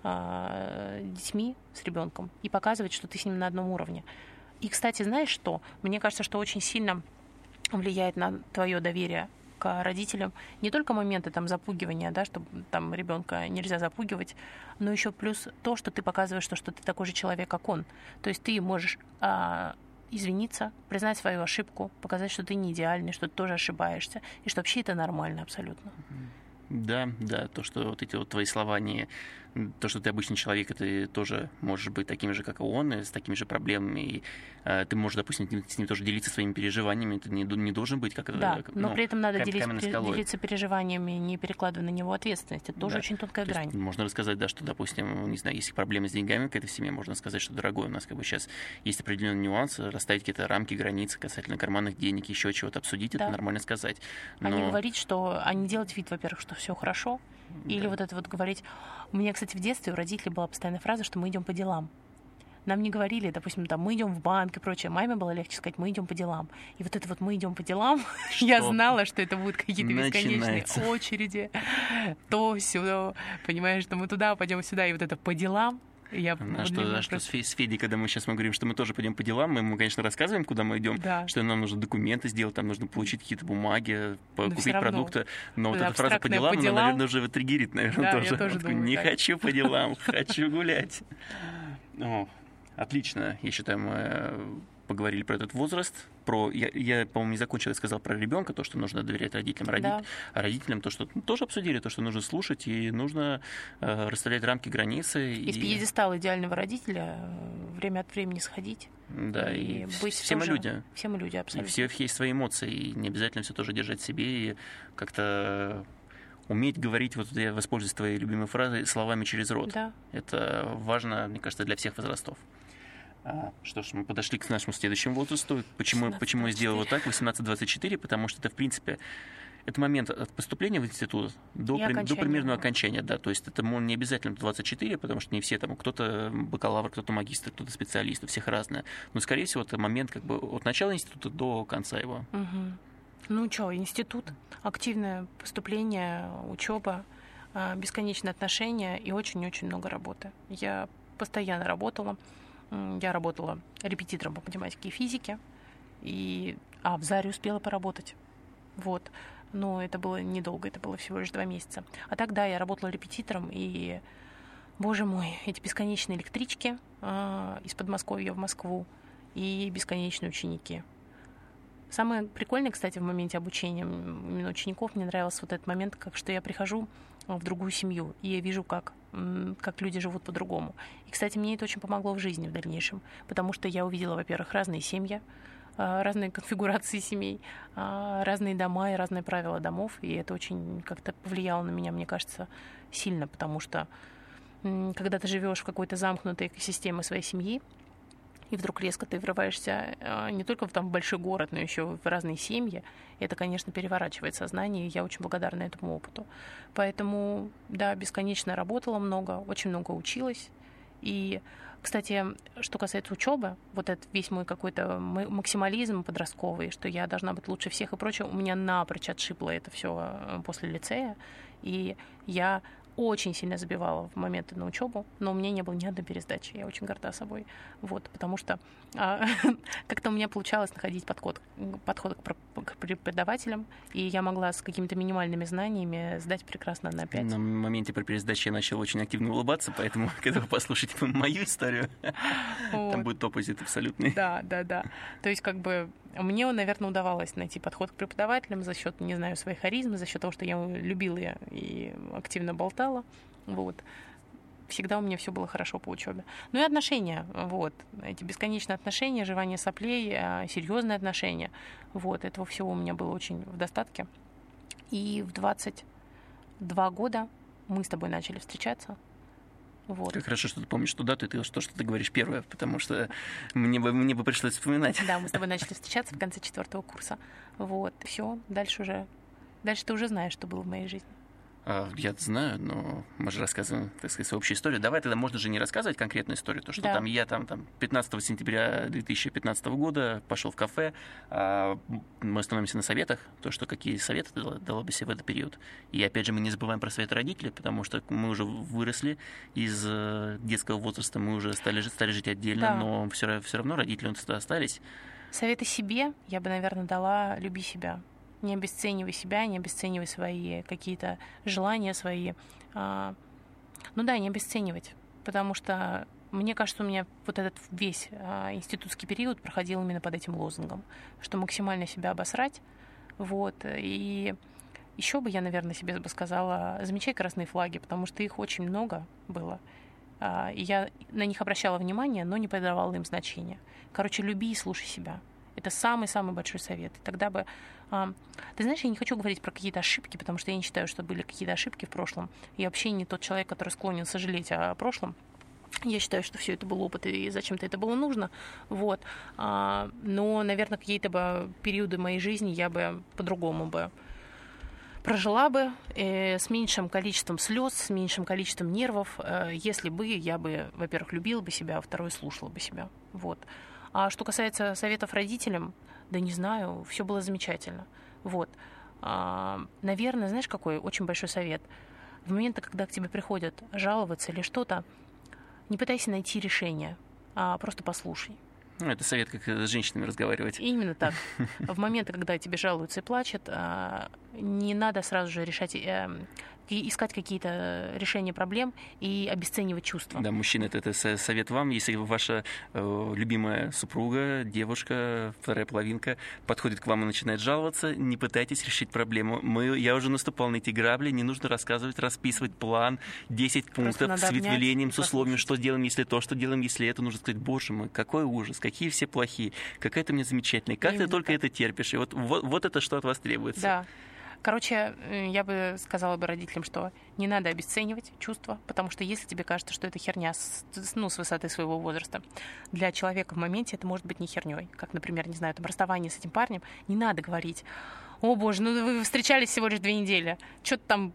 детьми с ребенком и показывать, что ты с ним на одном уровне. И, кстати, знаешь что? Мне кажется, что очень сильно влияет на твое доверие к родителям не только моменты там запугивания, да, что там ребенка нельзя запугивать, но еще плюс то, что ты показываешь, что ты такой же человек, как он. То есть ты можешь извиниться, признать свою ошибку, показать, что ты не идеальный, что ты тоже ошибаешься, и что вообще это нормально абсолютно. Да, то, что вот эти вот твои слова не... То, что ты обычный человек, и ты тоже можешь быть таким же, как и он, и с такими же проблемами. И ты можешь, допустим, с ним тоже делиться своими переживаниями. Ты не должен быть как... Да, но при этом надо делиться переживаниями, не перекладывая на него ответственность. Это тоже очень тонкая грань. Можно рассказать, да, что, допустим, не знаю, если проблемы с деньгами какая-то в семье, можно сказать, что, дорогой, у нас как бы сейчас есть определенные нюансы, расставить какие-то рамки, границы касательно карманных денег, еще чего-то обсудить, это нормально сказать. А не говорить, а не делать вид, во-первых, что все хорошо, или вот это вот говорить... У меня, кстати, в детстве у родителей была постоянная фраза, что мы идем по делам. Нам не говорили, допустим, там, мы идем в банк и прочее. Маме было легче сказать, мы идем по делам. И вот это вот мы идем по делам, я знала, что это будут какие-то бесконечные очереди, то, сюда, понимаешь, что мы туда пойдем, сюда, и вот это по делам. Что с Федей, когда мы сейчас говорим, что мы тоже пойдем по делам, мы ему, конечно, рассказываем, куда мы идем, что нам нужно документы сделать, там нужно получить какие-то бумаги, купить продукты. Но вот эта фраза по делам, она, наверное, уже триггерит, наверное, тоже. Не хочу по делам, хочу гулять. Отлично, я считаю, мы поговорили про этот возраст. Я, по-моему, не закончил, я сказал про ребенка, то, что нужно доверять родителям. А родителям то, что тоже обсудили, то, что нужно слушать, и нужно расставлять рамки, границы. Из пьедестала идеального родителя время от времени сходить. Да, и быть все мы люди. Все мы люди, абсолютно. И все есть свои эмоции, и не обязательно все тоже держать в себе, и как-то уметь говорить, вот я воспользуюсь твоей любимой фразой, словами через рот. Да. Это важно, мне кажется, для всех возрастов. Что ж, мы подошли к нашему следующему возрасту. Почему я сделал вот так, 18-24? Потому что это, в принципе, это момент от поступления в институт до примерного окончания. Да, то есть это не обязательно 24, потому что не все там, кто-то бакалавр, кто-то магистр, кто-то специалист, у всех разное. Но, скорее всего, это момент как бы от начала института до конца его. Угу. Ну что, институт, активное поступление, учеба, бесконечные отношения и очень-очень много работы. Я постоянно работала. Я работала репетитором по математике и физике, в ЗАРе успела поработать. Вот. Но это было недолго, это было всего лишь 2 месяца. А тогда я работала репетитором, и, боже мой, эти бесконечные электрички из Подмосковья в Москву и бесконечные ученики. Самое прикольное, кстати, в моменте обучения именно учеников, мне нравился вот этот момент, что я прихожу в другую семью, и я вижу, как люди живут по-другому. И, кстати, мне это очень помогло в жизни в дальнейшем, потому что я увидела, во-первых, разные семьи, разные конфигурации семей, разные дома и разные правила домов. И это очень как-то повлияло на меня, мне кажется, сильно, потому что когда ты живешь в какой-то замкнутой экосистеме своей семьи, и вдруг резко ты врываешься не только в там большой город, но еще в разные семьи, это, конечно, переворачивает сознание, и я очень благодарна этому опыту. Поэтому, да, бесконечно работала много, очень много училась. И, кстати, что касается учебы, вот этот весь мой какой-то максимализм подростковый, что я должна быть лучше всех и прочее, у меня напрочь отшибло это все после лицея, и я очень сильно забивала в моменты на учебу, но у меня не было ни одной пересдачи. Я очень горда собой. Вот, потому что как-то у меня получалось находить подход к преподавателям, и я могла с какими-то минимальными знаниями сдать прекрасно на 5. На моменте при пересдаче я начал очень активно улыбаться, поэтому, когда вы послушаете мою историю, там будет оппозит абсолютный. Да. То есть, как бы, мне, наверное, удавалось найти подход к преподавателям за счет, не знаю, своей харизмы, за счет того, что я любила и активно болтала. Вот. Всегда у меня все было хорошо по учебе. Ну и отношения, вот. Эти бесконечные отношения, жевание соплей, серьезные отношения. Вот. Этого всего у меня было очень в достатке. И в 22 года мы с тобой начали встречаться. Вот. Как хорошо, что ты помнишь ту дату, и то, что ты говоришь первое, потому что мне бы пришлось вспоминать. Да, мы с тобой начали встречаться в конце 4 курса. Вот, все, дальше ты уже знаешь, что было в моей жизни. Я знаю, но мы же рассказываем, так сказать, свою общую историю. Давай тогда можно же не рассказывать конкретную историю, то, что да. я 15 сентября 2015 года пошел в кафе, мы остановимся на советах, то, что какие советы дала бы себе в этот период. И опять же, мы не забываем про советы родителей, потому что мы уже выросли из детского возраста, мы уже стали жить отдельно, да. Но все равно родители остались. Советы себе я бы, наверное, дала: люби себя. Не обесценивай себя, не обесценивай свои какие-то желания свои. Не обесценивать. Потому что мне кажется, у меня вот этот весь институтский период проходил именно под этим лозунгом, что максимально себя обосрать. Вот. И еще бы я, наверное, себе сказала: замечай красные флаги, потому что их очень много было. И я на них обращала внимание, но не придавала им значения. Короче, люби и слушай себя. Это самый-самый большой совет. И тогда бы... Ты знаешь, я не хочу говорить про какие-то ошибки, потому что я не считаю, что были какие-то ошибки в прошлом. Я вообще не тот человек, который склонен сожалеть о прошлом. Я считаю, что все это был опыт, и зачем-то это было нужно. Вот. Но, наверное, какие-то бы периоды моей жизни я бы по-другому бы прожила бы, с меньшим количеством слез, с меньшим количеством нервов, если бы я бы, во-первых, любила бы себя, а во-вторых, слушала бы себя. Вот. А что касается советов родителям, да не знаю, все было замечательно. Вот. Наверное, знаешь, какой очень большой совет? В моменты, когда к тебе приходят жаловаться или что-то, не пытайся найти решение, а просто послушай. Это совет, как с женщинами разговаривать. Именно так. В моменты, когда тебе жалуются и плачут, не надо сразу же искать какие-то решения проблем и обесценивать чувства. Да, мужчина, это совет вам. Если ваша любимая супруга, девушка, вторая половинка подходит к вам и начинает жаловаться, не пытайтесь решить проблему. Я уже наступал на эти грабли, не нужно рассказывать, расписывать план, 10 пунктов с ветвлением, с условием, что делаем, если то, что делаем, если это. Нужно сказать: боже мой, какой ужас, какие все плохие, какая ты мне замечательная, как ты только это терпишь. И вот это что от вас требуется. Да. Короче, я бы сказала бы родителям, что не надо обесценивать чувства, потому что если тебе кажется, что это херня с высоты своего возраста, для человека в моменте это может быть не херней. Как, например, не знаю, там расставание с этим парнем, не надо говорить: о боже, ну вы встречались всего лишь 2 недели, что-то там...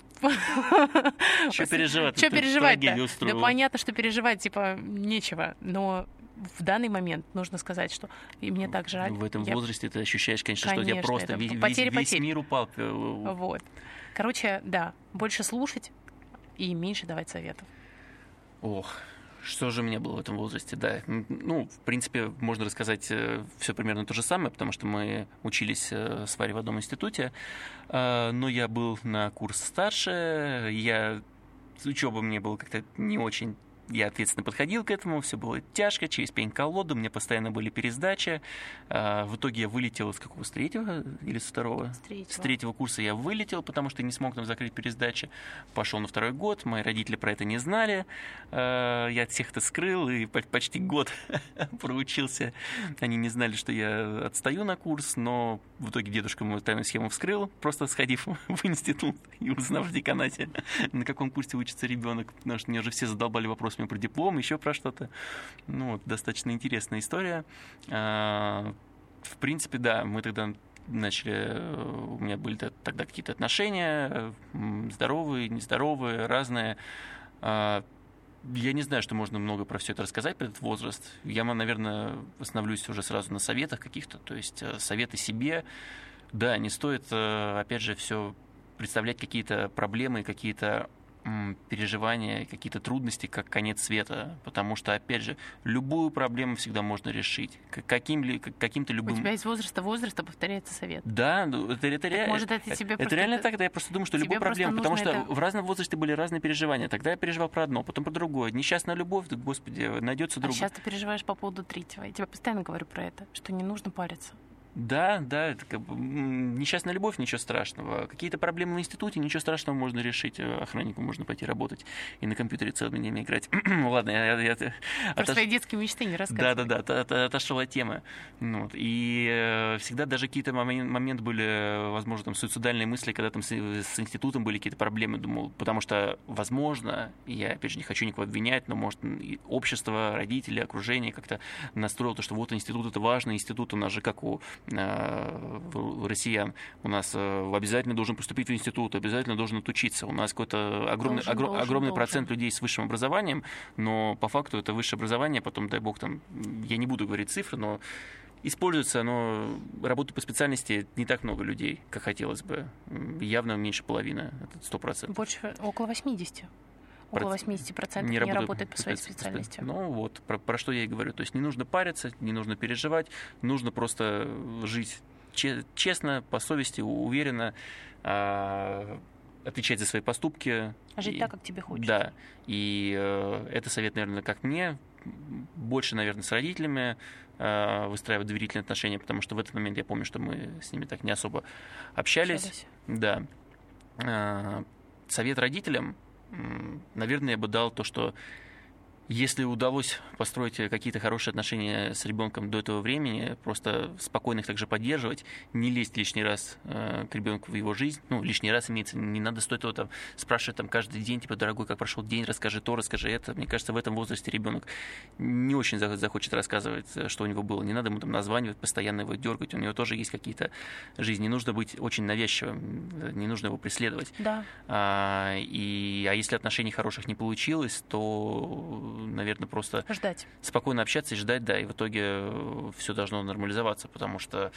Что переживать? Что переживать-то? Да понятно, что переживать, типа, нечего, но... В данный момент нужно сказать, что и мне так жаль. В этом возрасте ты ощущаешь, конечно, что у тебя просто весь мир упал. Вот. Короче, да, больше слушать и меньше давать советов. Ох, что же у меня было в этом возрасте, да. Ну, в принципе, можно рассказать все примерно то же самое, потому что мы учились с Варей в одном институте, но я был на курс старше, учеба мне была как-то не очень я ответственно подходил к этому, все было тяжко, через пень-колоду, у меня постоянно были пересдачи. В итоге я вылетел с третьего или с второго? С третьего курса я вылетел, потому что не смог там закрыть пересдачи. Пошел на второй год, мои родители про это не знали. Я от всех это скрыл, и почти год проучился. Они не знали, что я отстаю на курс, но в итоге дедушка мою тайную схему вскрыл, просто сходив в институт и узнав в деканате, на каком курсе учится ребенок, потому что меня уже все задолбали вопросами про диплом, еще про что-то. Ну, вот, достаточно интересная история. В принципе, да, мы тогда начали, у меня были тогда какие-то отношения, здоровые, нездоровые, разные. Я не знаю, что можно много про все это рассказать, про этот возраст. Я, наверное, остановлюсь уже сразу на советах каких-то, то есть советы себе. Да, не стоит, опять же, все представлять какие-то проблемы, какие-то переживания, какие-то трудности, как конец света, потому что, опять же, любую проблему всегда можно решить. Каким-то любым... У тебя из возраста в возраст повторяется совет. Да, это может, это тебе это реально так, да, я просто думаю, что любую проблему, потому что в разном возрасте были разные переживания. Тогда я переживал про одно, потом про другое. Несчастная любовь, да, господи, найдется другое. А сейчас ты переживаешь по поводу третьего. Я тебе постоянно говорю про это, что не нужно париться. Да, это как бы несчастная любовь, ничего страшного. Какие-то проблемы в институте, ничего страшного, можно решить. Охраннику можно пойти работать и на компьютере целыми днями играть. Ладно, я про свои детские мечты не рассказывай. Да, отошел от темы. И всегда даже какие-то моменты были, возможно, там суицидальные мысли, когда там с институтом были какие-то проблемы, думал, потому что, возможно, я, опять же, не хочу никого обвинять, но, может, общество, родители, окружение как-то настроило то, что вот институт — это важный институт, у нас же как у россиян. У нас обязательно должен поступить в институт, обязательно должен отучиться. У нас какой-то огромный процент людей с высшим образованием, но по факту это высшее образование, потом, дай бог, там, я не буду говорить цифры, но используется оно, работает по специальности не так много людей, как хотелось бы. Явно меньше половины, это 100%. Больше, около 80%. Около 80% не работает по своей специальности. Ну вот, про что я и говорю. То есть не нужно париться, не нужно переживать, нужно просто жить честно, по совести, уверенно, отвечать за свои поступки. Жить так, как тебе хочется. Да, и это совет, наверное, как мне, больше, наверное, с родителями выстраивать доверительные отношения, потому что в этот момент я помню, что мы с ними так не особо общались. Да. Совет родителям, наверное, я бы дал то, что если удалось построить какие-то хорошие отношения с ребенком до этого времени, просто спокойно их также поддерживать, не лезть лишний раз к ребенку в его жизнь. Ну, лишний раз имеется, не надо стоит его там спрашивать там каждый день, типа, дорогой, как прошел день, расскажи то, расскажи это. Мне кажется, в этом возрасте ребенок не очень захочет рассказывать, что у него было. Не надо ему там названивать, постоянно его дергать. У него тоже есть какие-то жизни. Не нужно быть очень навязчивым, не нужно его преследовать. Да. А если отношений хороших не получилось, то наверное, просто спокойно общаться и ждать, да, и в итоге все должно нормализоваться, потому что,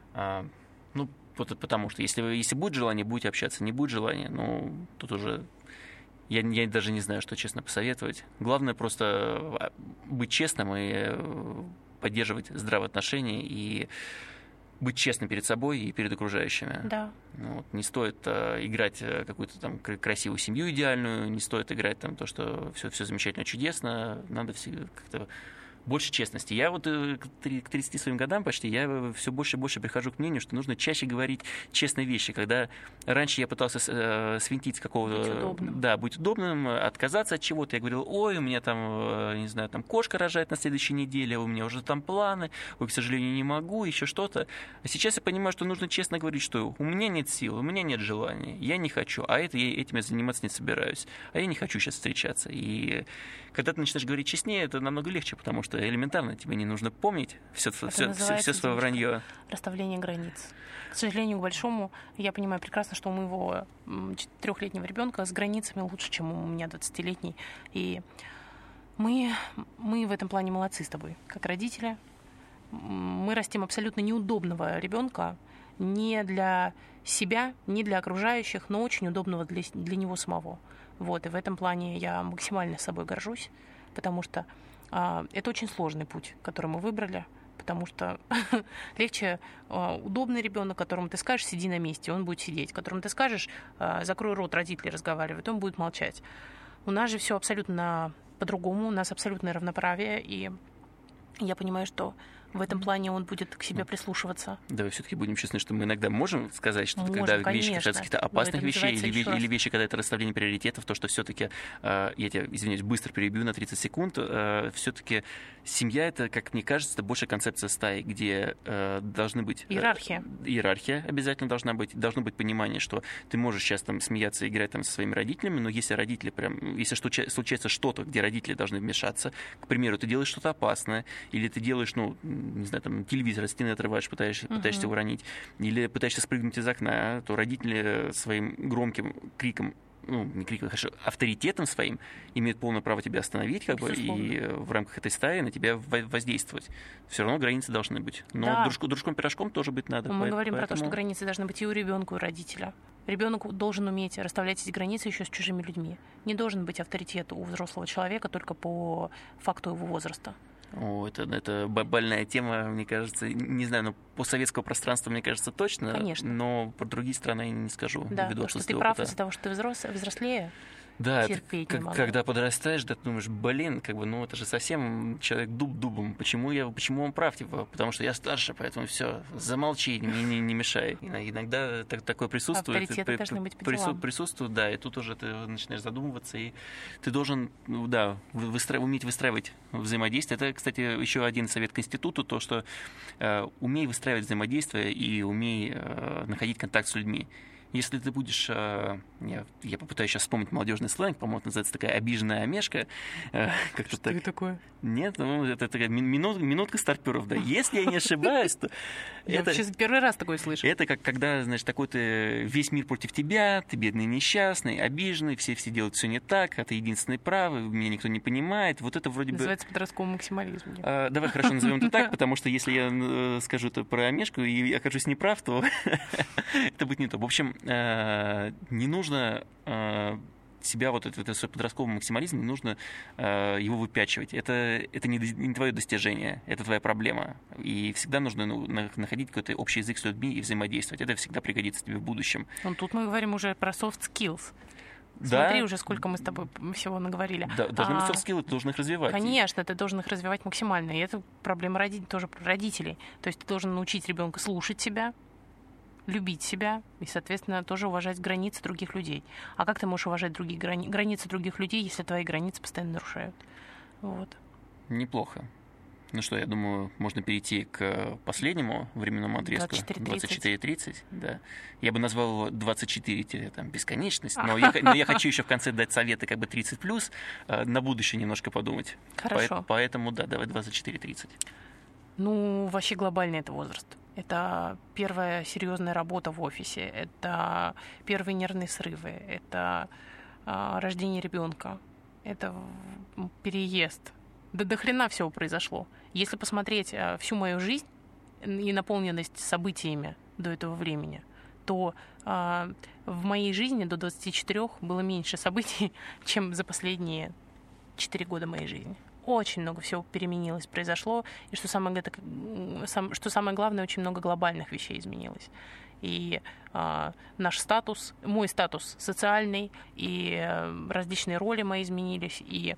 потому что если будет желание, будете общаться, не будет желания, тут уже я даже не знаю, что честно посоветовать. Главное просто быть честным и поддерживать здравые отношения и быть честным перед собой и перед окружающими. Да. Не стоит играть какую-то там красивую семью идеальную, не стоит играть там то, что все замечательно, чудесно. Надо как-то больше честности. Я вот к 30 своим годам почти, я все больше и больше прихожу к мнению, что нужно чаще говорить честные вещи. Когда раньше я пытался свинтить с какого-то... Быть удобным, отказаться от чего-то. Я говорил, ой, у меня там, не знаю, там кошка рожает на следующей неделе, у меня уже там планы, ой, к сожалению, не могу, еще что-то. А сейчас я понимаю, что нужно честно говорить, что у меня нет сил, у меня нет желания, я не хочу, этим я заниматься не собираюсь. А я не хочу сейчас встречаться. И когда ты начинаешь говорить честнее, это намного легче, потому что элементарно тебе не нужно помнить все свое вранье. Расставление границ. К сожалению, к большому, я понимаю прекрасно, что у моего 3-летнего ребенка с границами лучше, чем у меня 20-летней. И мы в этом плане молодцы с тобой, как родители. Мы растим абсолютно неудобного ребенка не для себя, не для окружающих, но очень удобного для него самого. Вот, и в этом плане я максимально собой горжусь, потому что это очень сложный путь, который мы выбрали, потому что легче удобный ребенок, которому ты скажешь, сиди на месте, он будет сидеть, которому ты скажешь, закрой рот, родители разговаривают, он будет молчать. У нас же все абсолютно по-другому, у нас абсолютное равноправие, и я понимаю, что в этом плане он будет к себе прислушиваться. Давай все-таки будем честны, что мы иногда можем сказать, что Можем, когда конечно. вещи касаются каких-то опасных вещей или вещи, когда это расставление приоритетов, то, что все-таки, я тебя, извиняюсь, быстро перебью на 30 секунд, все-таки семья, это, как мне кажется, это больше концепция стаи, где должны быть... Иерархия. Иерархия обязательно должна быть. Должно быть понимание, что ты можешь сейчас там смеяться, играть там со своими родителями, но если родители прям... Если случается что-то, где родители должны вмешаться, к примеру, ты делаешь что-то опасное, или ты делаешь, не знаю, там, телевизор от стены отрываешь, пытаешься уронить, или пытаешься спрыгнуть из окна, то родители своим громким криком, не криком, хорошо, авторитетом своим имеют полное право тебя остановить, как бы, и в рамках этой стаи на тебя воздействовать. Все равно границы должны быть. Но дружком-пирожком тоже быть надо. Мы говорим про то, что границы должны быть и у ребенка, и у родителя. Ребенок должен уметь расставлять эти границы еще с чужими людьми. Не должен быть авторитет у взрослого человека только по факту его возраста. Это больная тема, мне кажется. Не знаю, но постсоветского пространства, мне кажется, точно. Конечно. Но про другие страны я не скажу. Да, потому что ты прав из-за того, что ты взрослее. Да, когда подрастаешь, да, ты думаешь, это же совсем человек дубом. Почему он прав? Потому что я старше, поэтому все, замолчи, не мешай. Иногда такое присутствует. Авторитеты должны быть по делам. Присутствует, да, и тут уже ты начинаешь задумываться, и ты должен, уметь выстраивать взаимодействие. Это, кстати, еще один совет к институту, то, что умей выстраивать взаимодействие и умей находить контакт с людьми. Если ты будешь, я попытаюсь сейчас вспомнить молодежный сленг, по-моему, это называется такая обиженная омешка. Что это такое? Нет, это такая минутка старпёров, да. Если я не ошибаюсь, то... Я вообще первый раз такое слышу. Это как когда, значит, такой-то весь мир против тебя, ты бедный несчастный, обиженный, все делают все не так, а ты единственный правый, меня никто не понимает. Вот это вроде бы... Называется подростковый максимализм. Давай хорошо назовем это так, потому что если я скажу это про омешку и окажусь неправ, то это будет не то. В общем, не нужно себя, этот свой подростковый максимализм, не нужно его выпячивать. Это не твое достижение, это твоя проблема. И всегда нужно находить какой-то общий язык с людьми и взаимодействовать. Это всегда пригодится тебе в будущем. Тут мы говорим уже про soft skills. Смотри уже, сколько мы с тобой всего наговорили. Да, должны быть soft skills, ты должен их развивать. Конечно, ты должен их развивать максимально. И это проблема тоже про родителей. То есть ты должен научить ребенка слушать себя, любить себя и, соответственно, тоже уважать границы других людей. А как ты можешь уважать границы других людей, если твои границы постоянно нарушают? Вот. Неплохо. Ну что, я думаю, можно перейти к последнему временному отрезку. 24:30. Да. Я бы назвал его 24 бесконечность, но я хочу еще в конце дать советы 30+, на будущее немножко подумать. Хорошо. Поэтому, давай 24:30. Вообще глобальный это возраст. Это первая серьезная работа в офисе, это первые нервные срывы, это рождение ребенка, это переезд. Да до хрена всего произошло. Если посмотреть всю мою жизнь и наполненность событиями до этого времени, то в моей жизни до 24 было меньше событий, чем за последние 4 года моей жизни. Очень много всего переменилось, произошло, и что самое главное, очень много глобальных вещей изменилось. И наш статус, мой статус социальный, и различные роли мои изменились, и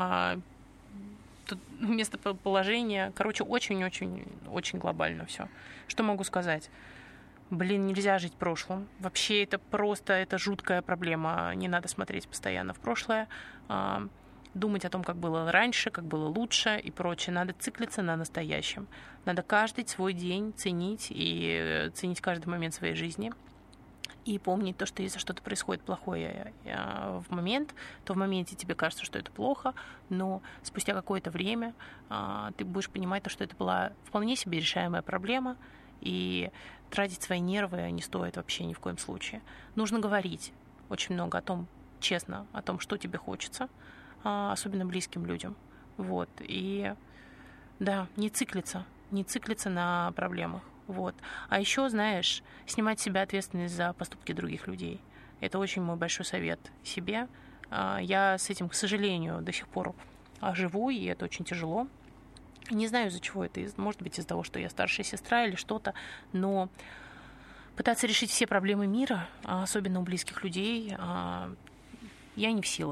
местоположение, очень-очень-очень глобально все. Что могу сказать? Нельзя жить прошлым. Вообще это жуткая проблема. Не надо смотреть постоянно в прошлое. Думать о том, как было раньше, как было лучше и прочее. Надо циклиться на настоящем. Надо каждый свой день ценить и ценить каждый момент своей жизни. И помнить то, что если что-то происходит плохое в момент, то в моменте тебе кажется, что это плохо, но спустя какое-то время ты будешь понимать то, что это была вполне себе решаемая проблема, и тратить свои нервы не стоит вообще ни в коем случае. Нужно говорить очень много честно о том, что тебе хочется, особенно близким людям. Вот. И да, не циклиться на проблемах. Вот. А еще, знаешь, снимать с себя ответственность за поступки других людей. Это очень мой большой совет себе. Я с этим, к сожалению, до сих пор живу, и это очень тяжело. Не знаю, из-за чего это. Может быть, из-за того, что я старшая сестра или что-то, но пытаться решить все проблемы мира, особенно у близких людей, я не в силах.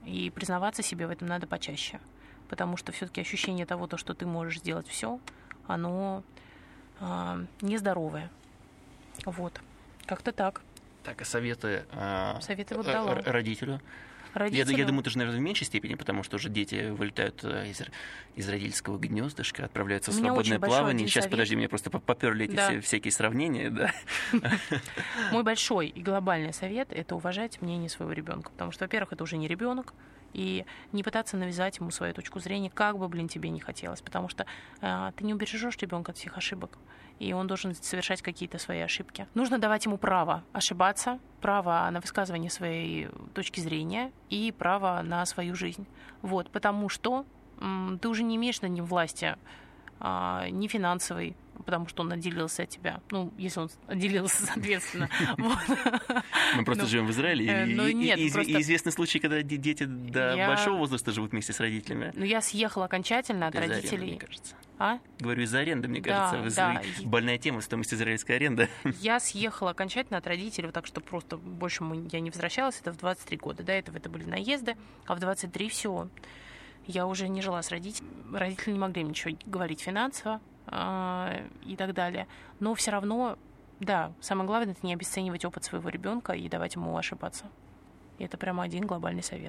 И признаваться себе в этом надо почаще. Потому что все-таки ощущение того, что ты можешь сделать все, оно нездоровое. Вот. Как-то так. Так, а советы, Советы вот дала. Родителю? Родителю? Я думаю, это же, наверное, в меньшей степени, потому что уже дети вылетают из родительского гнездышка, отправляются в свободное плавание. Сейчас, подожди, мне просто поперли эти всякие сравнения. Да. Мой большой и глобальный совет – это уважать мнение своего ребенка. Потому что, во-первых, это уже не ребенок, и не пытаться навязать ему свою точку зрения, как бы, тебе не хотелось. Потому что ты не убережешь ребенка от всех ошибок, и он должен совершать какие-то свои ошибки. Нужно давать ему право ошибаться, право на высказывание своей точки зрения и право на свою жизнь. Вот, потому что ты уже не имеешь над ним власти ни финансовой, потому что он отделился от тебя. Ну, если он отделился, соответственно. Мы просто живем в Израиле, и известны случаи, когда дети до большого возраста живут вместе с родителями. Ну, я съехала окончательно от родителей. Мне кажется. Говорю, из-за аренды, мне кажется. Больная тема, стоимость израильской аренды. Я съехала окончательно от родителей, так что просто больше я не возвращалась. Это в 23 года. До этого это были наезды, а в 23 все. Я уже не жила с родителями. Родители не могли ничего говорить финансово и так далее. Но все равно, да, самое главное, это не обесценивать опыт своего ребенка и давать ему ошибаться. И это прямо один глобальный совет.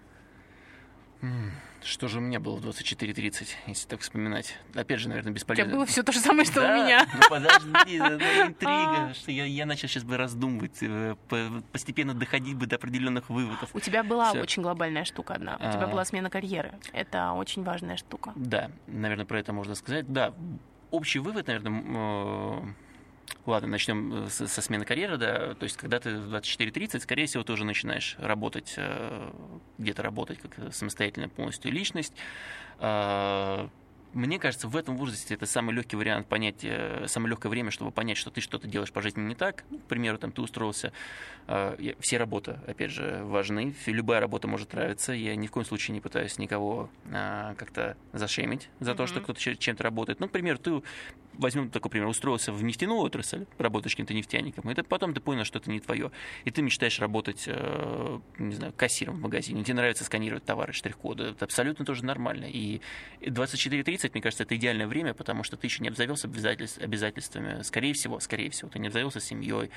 Что же у меня было в 24-30, если так вспоминать? Опять же, наверное, бесполезно. У тебя было все то же самое, что у меня. Ну подожди, интрига, что я начал сейчас бы раздумывать, постепенно доходить бы до определенных выводов. У тебя была очень глобальная штука одна. У тебя была смена карьеры. Это очень важная штука. Да, наверное, про это можно сказать. Да, общий вывод, наверное... Ладно, начнем со смены карьеры, да. То есть, когда ты в 24-30, скорее всего, ты уже начинаешь работать, где-то работать как самостоятельная полностью личность. Мне кажется, в этом возрасте это самый легкий вариант понять, самое легкое время, чтобы понять, что ты что-то делаешь по жизни не так. Ну, к примеру, там ты устроился. Все работы, опять же, важны. Любая работа может нравиться. Я ни в коем случае не пытаюсь никого как-то зашемить за то, что кто-то чем-то работает. Ну, к примеру, ты возьмем такой пример, устроился в нефтяную отрасль, работаешь каким-то нефтяником, и потом ты понял, что это не твое. И ты мечтаешь работать, не знаю, кассиром в магазине. Тебе нравится сканировать товары, штрих-коды. Это абсолютно тоже нормально. И 24-30, мне кажется, это идеальное время, потому что ты еще не обзавелся обязательствами. Скорее всего, ты не обзавелся семьей,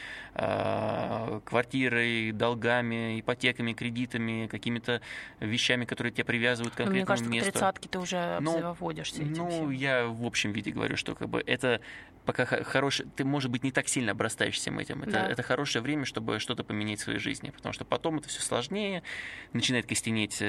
квартирой, долгами, ипотеками, кредитами, какими-то вещами, которые тебя привязывают к конкретному месту. Мне кажется, к 30-ке ты уже обзаводишься этим всем. Я в общем виде говорю, что это пока хорошее, ты, может быть, не так сильно обрастаешь всем этим. Это хорошее время, чтобы что-то поменять в своей жизни, потому что потом это все сложнее, начинает костенеть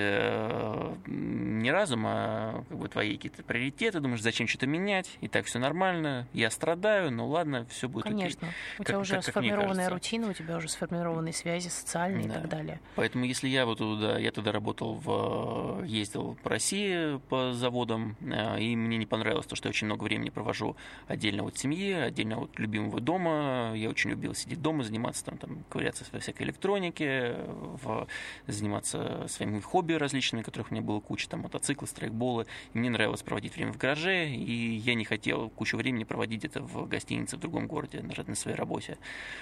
не разум, а твои какие-то приоритеты, думаешь, зачем что-то менять, и так все нормально, я страдаю, ну ладно, все будет окей. Конечно, у тебя уже сформированная рутина, у тебя уже сформированные связи социальные и так далее. Поэтому если я тогда работал, ездил по России по заводам, и мне не понравилось то, что я очень много времени провожу отдельно от семьи, отдельно от любимого дома. Я очень любил сидеть дома, заниматься ковыряться во всякой электронике, заниматься своими хобби различными, которых у меня было куча, мотоциклы, страйкболы. И мне нравилось проводить время в гараже, и я не хотел кучу времени проводить это в гостинице в другом городе, на своей работе.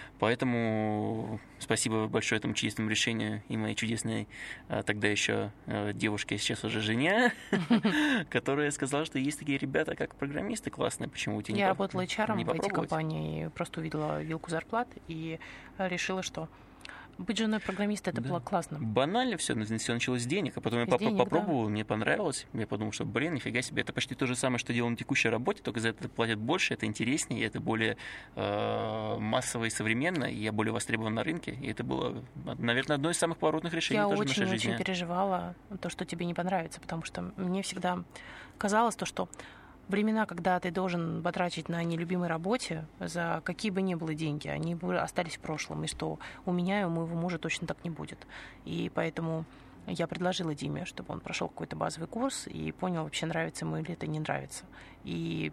Поэтому спасибо большое этому чудесному решению и моей чудесной тогда еще девушке, сейчас уже жене, которая сказала, что есть такие ребята, как программисты классные, почему у тебя Я работала HR в IT-компании, и просто увидела вилку зарплат и решила, что быть женой программиста — это было классно. Банально все началось с денег, а потом я попробовал, мне понравилось. Я подумал, что, нифига себе, это почти то же самое, что делал на текущей работе, только за это платят больше, это интереснее, это более массово и современно, и я более востребован на рынке. И это было, наверное, одно из самых поворотных решений тоже в нашей жизни. Я очень переживала то, что тебе не понравится, потому что мне всегда казалось то, что времена, когда ты должен потрачить на нелюбимой работе за какие бы ни было деньги, они бы остались в прошлом, и что у меня и у моего мужа точно так не будет. И поэтому я предложила Диме, чтобы он прошел какой-то базовый курс и понял, вообще нравится ему или это не нравится. И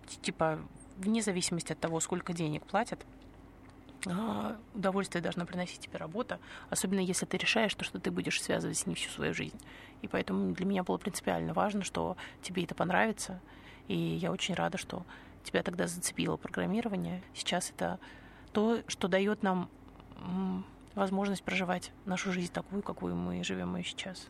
вне зависимости от того, сколько денег платят, удовольствие должна приносить тебе работа, особенно если ты решаешь, что ты будешь связывать с ней всю свою жизнь. И поэтому для меня было принципиально важно, что тебе это понравится. И я очень рада, что тебя тогда зацепило программирование. Сейчас это то, что дает нам возможность проживать нашу жизнь такую, какую мы живем ее сейчас.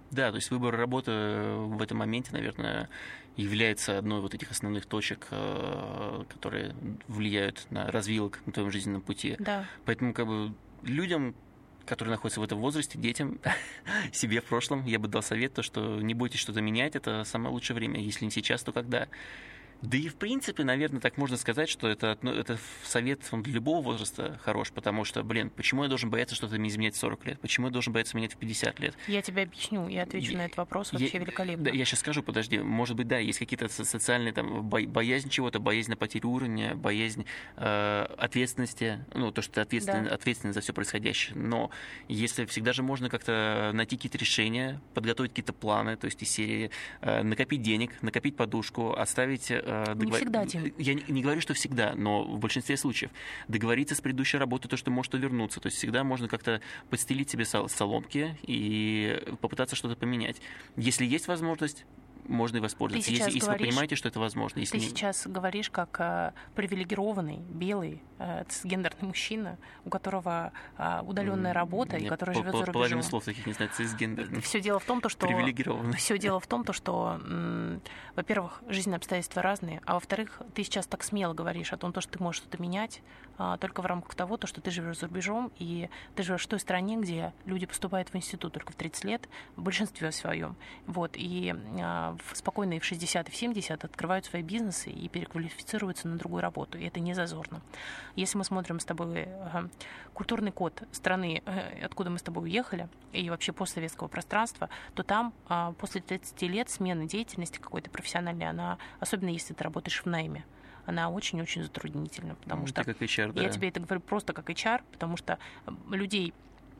Да, то есть выбор работы в этом моменте, наверное, является одной вот этих основных точек, которые влияют на развилок на твоем жизненном пути. Да. Поэтому как бы людям, которые находятся в этом возрасте, детям, себе в прошлом, я бы дал совет, то, что не бойтесь что-то менять, это самое лучшее время. Если не сейчас, то когда? Да и в принципе, наверное, так можно сказать, что это совет он для любого возраста хорош, потому что, почему я должен бояться что-то изменять в 40 лет? Почему я должен бояться менять в 50 лет? Я тебе объясню и отвечу на этот вопрос вообще великолепно. Да, я сейчас скажу, подожди, может быть, да, есть какие-то социальные, там, боязнь чего-то, боязнь на потерю уровня, боязнь ответственности, то, что ты ответственен за все происходящее, но если всегда же можно как-то найти какие-то решения, подготовить какие-то планы, то есть из серии накопить денег, накопить подушку, оставить... Не всегда, Тим. Я не говорю, что всегда, но в большинстве случаев договориться с предыдущей работой, то, что может вернуться. То есть всегда можно как-то подстелить себе соломки и попытаться что-то поменять. Если есть возможность, можно и воспользоваться, если вы понимаете, что это возможно. Ты сейчас говоришь как привилегированный, белый, цисгендерный мужчина, у которого удаленная работа, и который живет за рубежом. Половину слов таких не знаю, цисгендерный. Все дело в том, что... Привилегированный. Все дело в том, что, во-первых, жизненные обстоятельства разные, а во-вторых, ты сейчас так смело говоришь о том, что ты можешь что-то менять, только в рамках того, что ты живешь за рубежом, и ты живешь в той стране, где люди поступают в институт только в 30 лет, в большинстве своем. Вот, и спокойно и в 60, и в 70 открывают свои бизнесы и переквалифицируются на другую работу. И это не зазорно. Если мы смотрим с тобой культурный код страны, откуда мы с тобой уехали, и вообще постсоветского пространства, то там после 30 лет смены деятельности какой-то профессиональной, она, особенно если ты работаешь в найме, она очень-очень затруднительна. Потому что как HR, да. Я тебе это говорю просто как HR, потому что людей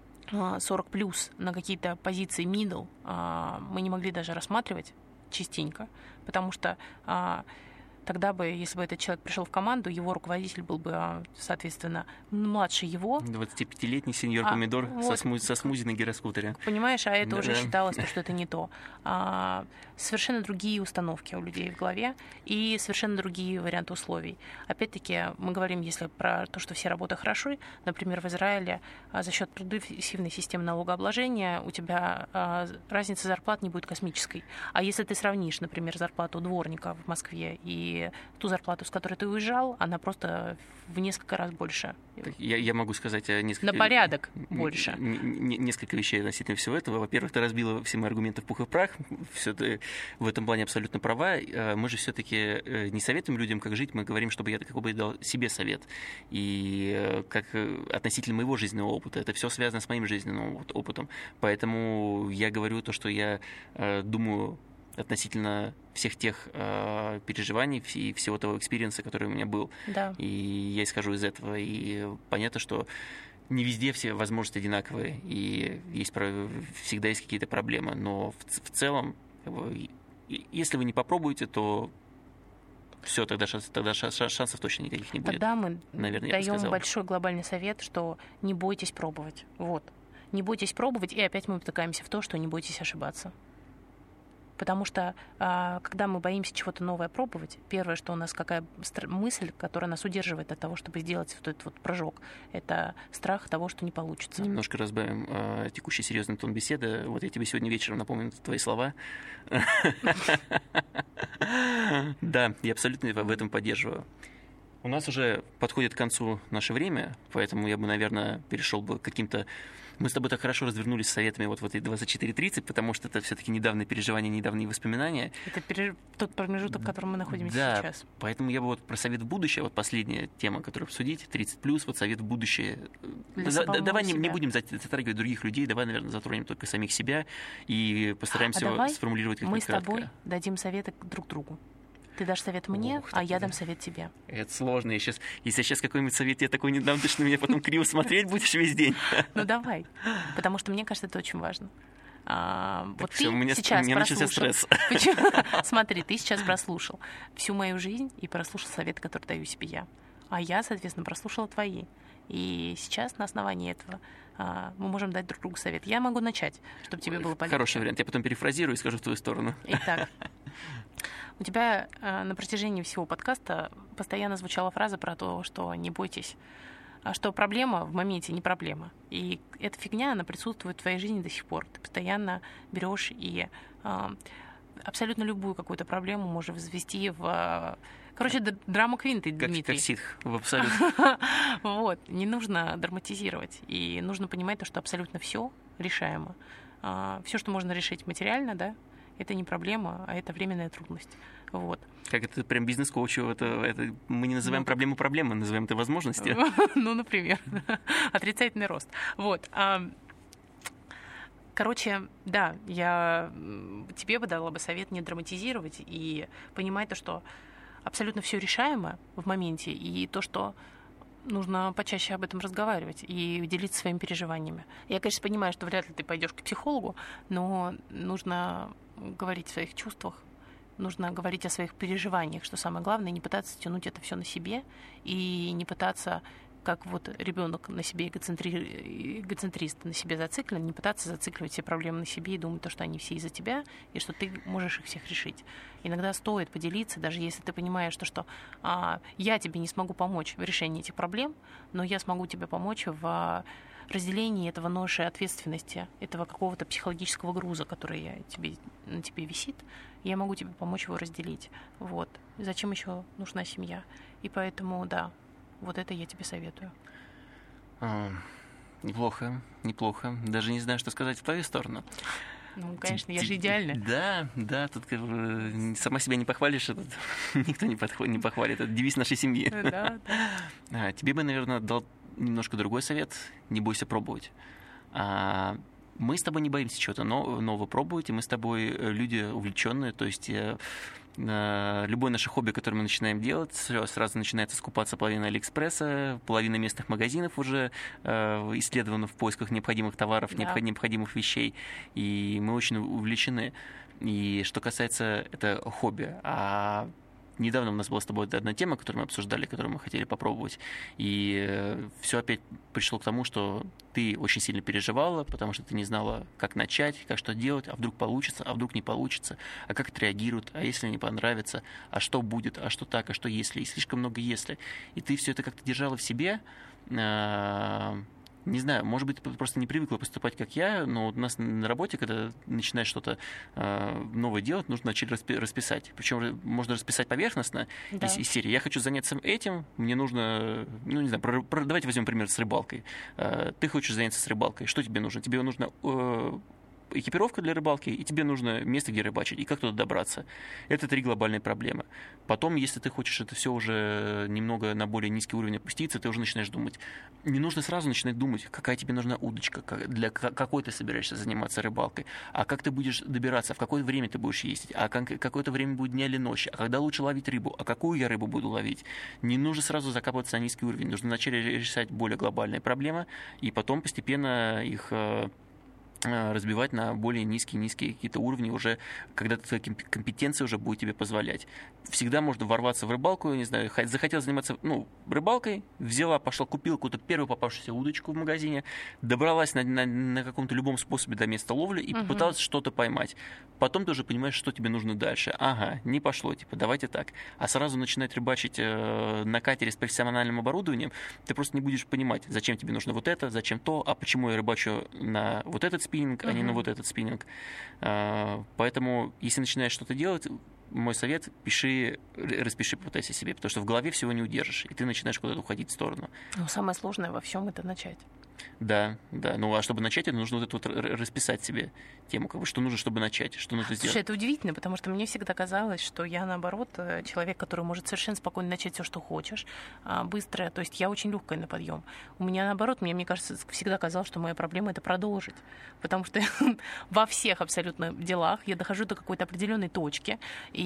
40 плюс на какие-то позиции middle мы не могли даже рассматривать частенько, потому что тогда бы, если бы этот человек пришел в команду, его руководитель был бы, соответственно, младше его. 25-летний сеньор-помидор вот, со смузи на гироскутере. Понимаешь, а это уже считалось, что это не то. Совершенно другие установки у людей в голове и совершенно другие варианты условий. Опять-таки, мы говорим, если про то, что все работы хороши, например, в Израиле за счет прогрессивной системы налогообложения у тебя разница зарплат не будет космической. А если ты сравнишь, например, зарплату дворника в Москве и ту зарплату, с которой ты уезжал, она просто в несколько раз больше. Я могу сказать на порядок больше. Несколько вещей относительно всего этого. Во-первых, ты разбила все мои аргументы в пух и прах. Все ты в этом плане абсолютно права. Мы же все-таки не советуем людям, как жить, мы говорим, чтобы я как бы дал себе совет. И как относительно моего жизненного опыта. Это все связано с моим жизненным опытом. Поэтому я говорю то, что я думаю относительно всех тех переживаний и всего того экспириенса, который у меня был. Да. И я исхожу из этого. И понятно, что не везде все возможности одинаковые, и всегда есть какие-то проблемы. Но в целом, если вы не попробуете, то все, тогда шансов точно никаких не будет. Тогда мы наверное, даем большой глобальный совет, что не бойтесь пробовать. Вот. Не бойтесь пробовать, и опять мы потыкаемся в то, что не бойтесь ошибаться. Потому что, когда мы боимся чего-то новое пробовать, первое, что у нас какая мысль, которая нас удерживает от того, чтобы сделать вот этот вот прыжок, это страх того, что не получится. Немножко разбавим текущий серьезный тон беседы. Вот я тебе сегодня вечером напомню твои слова. Да, я абсолютно в этом поддерживаю. У нас уже подходит к концу наше время, поэтому я бы, наверное, перешел бы к каким-то... Мы с тобой так хорошо развернулись советами вот в этой 24:30, потому что это все-таки недавние переживания, недавние воспоминания. Это тот промежуток, в котором мы находимся сейчас. Поэтому я бы вот про совет в будущее, вот последняя тема, которую обсудить, 30+, вот совет в будущее. Давай не будем затрагивать других людей, давай, наверное, затронем только самих себя и постараемся сформулировать как-то кратко. Мы с тобой дадим советы друг другу. Ты дашь совет мне, я дам совет тебе. Это сложно. Если я сейчас какой-нибудь совет я такой не дам, ты что на меня потом криво смотреть будешь весь день? Ну давай. Потому что мне кажется, это очень важно. Вот все, ты у меня начался стресс. Смотри, ты сейчас прослушал всю мою жизнь и прослушал советы, которые даю себе я. А я, соответственно, прослушала твои. И сейчас на основании этого мы можем дать друг другу совет. Я могу начать, чтобы тебе было полезно. Хороший вариант. Я потом перефразирую и скажу в твою сторону. Итак, у тебя на протяжении всего подкаста постоянно звучала фраза про то, что не бойтесь что проблема в моменте не проблема. И эта фигня, она присутствует в твоей жизни до сих пор. Ты постоянно берешь и абсолютно любую какую-то проблему можешь возвести в... Короче, драма-квин ты, Дмитрий. Как ситх, в абсолют. Вот, не нужно драматизировать. И нужно понимать то, что абсолютно все решаемо. Все, что можно решить материально, да, это не проблема, а это временная трудность. Вот. Как это прям бизнес-коучу, это мы не называем проблему проблемой, мы называем это возможностью. Ну, например, отрицательный рост. Вот. Короче, да, я тебе бы дала бы совет не драматизировать и понимать то, что абсолютно все решаемо в моменте, и то, что нужно почаще об этом разговаривать и делиться своими переживаниями. Я, конечно, понимаю, что вряд ли ты пойдешь к психологу, но нужно говорить о своих чувствах, нужно говорить о своих переживаниях, что самое главное, не пытаться тянуть это все на себе и не пытаться, как вот ребенок на себе эгоцентрист, на себе зациклен, не пытаться зацикливать все проблемы на себе и думать, что они все из-за тебя, и что ты можешь их всех решить. Иногда стоит поделиться, даже если ты понимаешь, что я тебе не смогу помочь в решении этих проблем, но я смогу тебе помочь в разделении этого ноши ответственности, этого какого-то психологического груза, который на тебе висит, я могу тебе помочь его разделить. Вот. Зачем еще нужна семья? И поэтому, да, вот это я тебе советую. Неплохо. Даже не знаю, что сказать в твою сторону. Ну, конечно, я же идеальная. Да, тут как бы сама себя не похвалишь, никто не похвалит. Это девиз нашей семьи. Да. Тебе бы, наверное, дал немножко другой совет. Не бойся пробовать. Мы с тобой не боимся чего-то нового пробовать, и мы с тобой люди увлеченные, то есть любое наше хобби, которое мы начинаем делать, сразу начинается скупаться половина Алиэкспресса, половина местных магазинов уже исследована в поисках необходимых товаров, да. необходимых вещей, и мы очень увлечены. И что касается это хобби, недавно у нас была с тобой одна тема, которую мы обсуждали, которую мы хотели попробовать, и все опять пришло к тому, что ты очень сильно переживала, потому что ты не знала, как начать, как что делать, а вдруг получится, а вдруг не получится, а как отреагируют, а если не понравится, а что будет, а что так, а что если, и слишком много если. И ты все это как-то держала в себе. Не знаю, может быть, ты просто не привыкла поступать, как я, но у нас на работе, когда начинаешь что-то новое делать, нужно начать расписать. Причем можно расписать поверхностно, да. Из серии «Я хочу заняться этим, мне нужно...» Ну, не знаю, давайте возьмем пример с рыбалкой. Ты хочешь заняться с рыбалкой. Что тебе нужно? Тебе нужно... экипировка для рыбалки, и тебе нужно место, где рыбачить, и как туда добраться. Это 3 глобальные проблемы. Потом, если ты хочешь это все уже немного на более низкий уровень опуститься, ты уже начинаешь думать. Не нужно сразу начинать думать, какая тебе нужна удочка, для какой ты собираешься заниматься рыбалкой, а как ты будешь добираться, в какое время ты будешь ездить, а какое-то время будет дня или ночи, а когда лучше ловить рыбу, а какую я рыбу буду ловить. Не нужно сразу закапываться на низкий уровень, нужно вначале решать более глобальные проблемы, и потом постепенно их разбивать на более низкие какие-то уровни уже, когда твоя компетенция уже будет тебе позволять. Всегда можно ворваться в рыбалку, не знаю, захотел заниматься рыбалкой, пошла, купила какую-то первую попавшуюся удочку в магазине, добралась на каком-то любом способе до места ловли и попыталась что-то поймать. Потом ты уже понимаешь, что тебе нужно дальше. Ага, не пошло, давайте так. А сразу начинать рыбачить на катере с профессиональным оборудованием, ты просто не будешь понимать, зачем тебе нужно вот это, зачем то, а почему я рыбачу на вот этот спиннинг, а не на вот этот спиннинг. Поэтому, если начинаешь что-то делать, мой совет – распиши, попытайся себе, потому что в голове всего не удержишь, и ты начинаешь куда-то уходить в сторону. Ну, самое сложное во всем – это начать. Да. Ну, а чтобы начать, это нужно вот это расписать себе тему, что нужно, чтобы начать, что нужно сделать. Слушай, это удивительно, потому что мне всегда казалось, что я, наоборот, человек, который может совершенно спокойно начать все, что хочешь, быстро, то есть я очень легкая на подъем. У меня, наоборот, мне кажется, всегда казалось, что моя проблема – это продолжить, потому что во всех абсолютно делах я дохожу до какой-то определенной точки,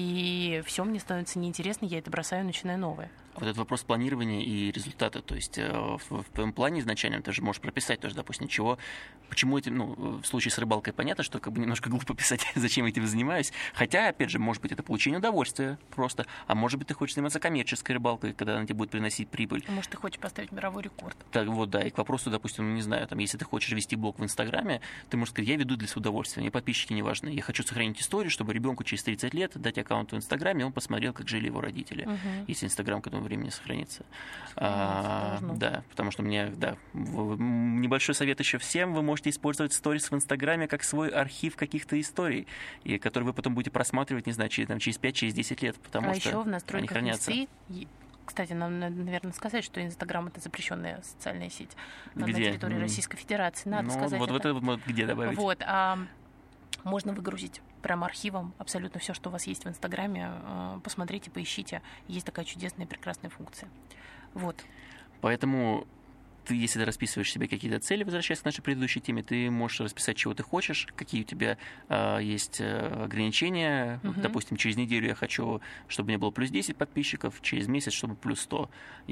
и все мне становится неинтересно, я это бросаю и начинаю новое. Вот этот вопрос планирования и результата, то есть в твоем плане изначально ты же можешь прописать тоже, допустим, почему в случае с рыбалкой понятно, что немножко глупо писать, зачем я этим занимаюсь, хотя, опять же, может быть, это получение удовольствия просто, а может быть, ты хочешь заниматься коммерческой рыбалкой, когда она тебе будет приносить прибыль. А может, ты хочешь поставить мировой рекорд. Так вот, да, и к вопросу, допустим, не знаю, если ты хочешь вести блог в Инстаграме, ты можешь сказать, я веду для своего удовольствия, мне подписчики не важны, я хочу сохранить историю, чтобы ребенку через 30 лет дать аккаунт в Инстаграме, он посмотрел, как жили его родители. Если Инстаграм к этому скором времени сохранится. Должно. Да, потому что мне, небольшой совет еще всем. Вы можете использовать сторис в Инстаграме как свой архив каких-то историй, и которые вы потом будете просматривать, не знаю, через 5, через 10 лет, потому что еще в они настройках хранятся. Инсты, кстати, нам надо, наверное, сказать, что Инстаграм — это запрещенная социальная сеть на Где? территории Российской Федерации. Надо сказать вот это. Вот где добавить? Вот, можно выгрузить прям архивом абсолютно все, что у вас есть в Инстаграме. Посмотрите, поищите. Есть такая чудесная, прекрасная функция. Вот. Поэтому ты, если ты расписываешь себе какие-то цели, возвращаясь к нашей предыдущей теме, ты можешь расписать, чего ты хочешь, какие у тебя есть ограничения. Допустим, через неделю я хочу, чтобы мне было плюс 10 подписчиков, через месяц, чтобы плюс 100.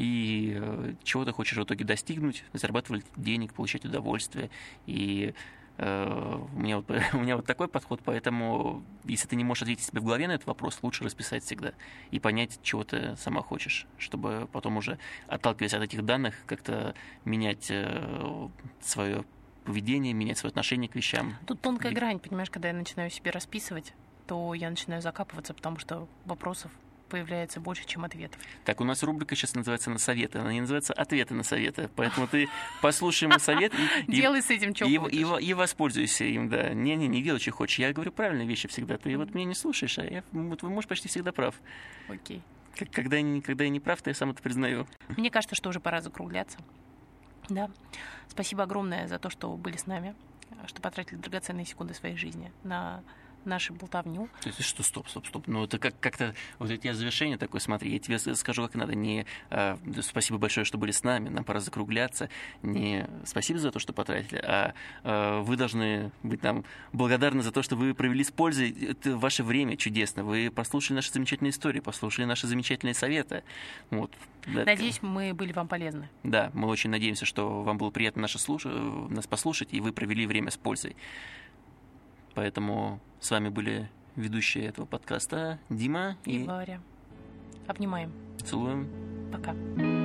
И чего ты хочешь в итоге достигнуть, зарабатывать денег, получать удовольствие. И у меня вот такой подход, поэтому если ты не можешь ответить себе в голове на этот вопрос, лучше расписать всегда и понять, чего ты сама хочешь, чтобы потом уже, отталкиваясь от этих данных, как-то менять свое поведение, менять свое отношение к вещам. Тут тонкая грань, понимаешь, когда я начинаю себе расписывать, то я начинаю закапываться, потому что вопросов появляется больше, чем ответов. Так, у нас рубрика сейчас называется «На советы», она не называется «Ответы на советы», поэтому ты послушай мой совет делай с этим, что хочешь. И воспользуйся им, да. Не делай, что хочешь. Я говорю правильные вещи всегда. Ты вот меня не слушаешь, а твой муж почти всегда прав. Окей. Когда я не прав, то я сам это признаю. Мне кажется, что уже пора закругляться. Да. Спасибо огромное за то, что были с нами, что потратили драгоценные секунды своей жизни на нашу болтовню. То есть что, стоп. Ну, это как-то, вот у тебя завершение такое, смотри, я тебе скажу, как надо. Не спасибо большое, что были с нами, нам пора закругляться. Не спасибо за то, что потратили, а вы должны быть нам благодарны за то, что вы провели с пользой это ваше время чудесно. Вы послушали наши замечательные истории, послушали наши замечательные советы. Вот. Надеюсь, мы были вам полезны. Да, мы очень надеемся, что вам было приятно нас послушать, и вы провели время с пользой. Поэтому с вами были ведущие этого подкаста Дима и Варя. Обнимаем. Целуем. Пока.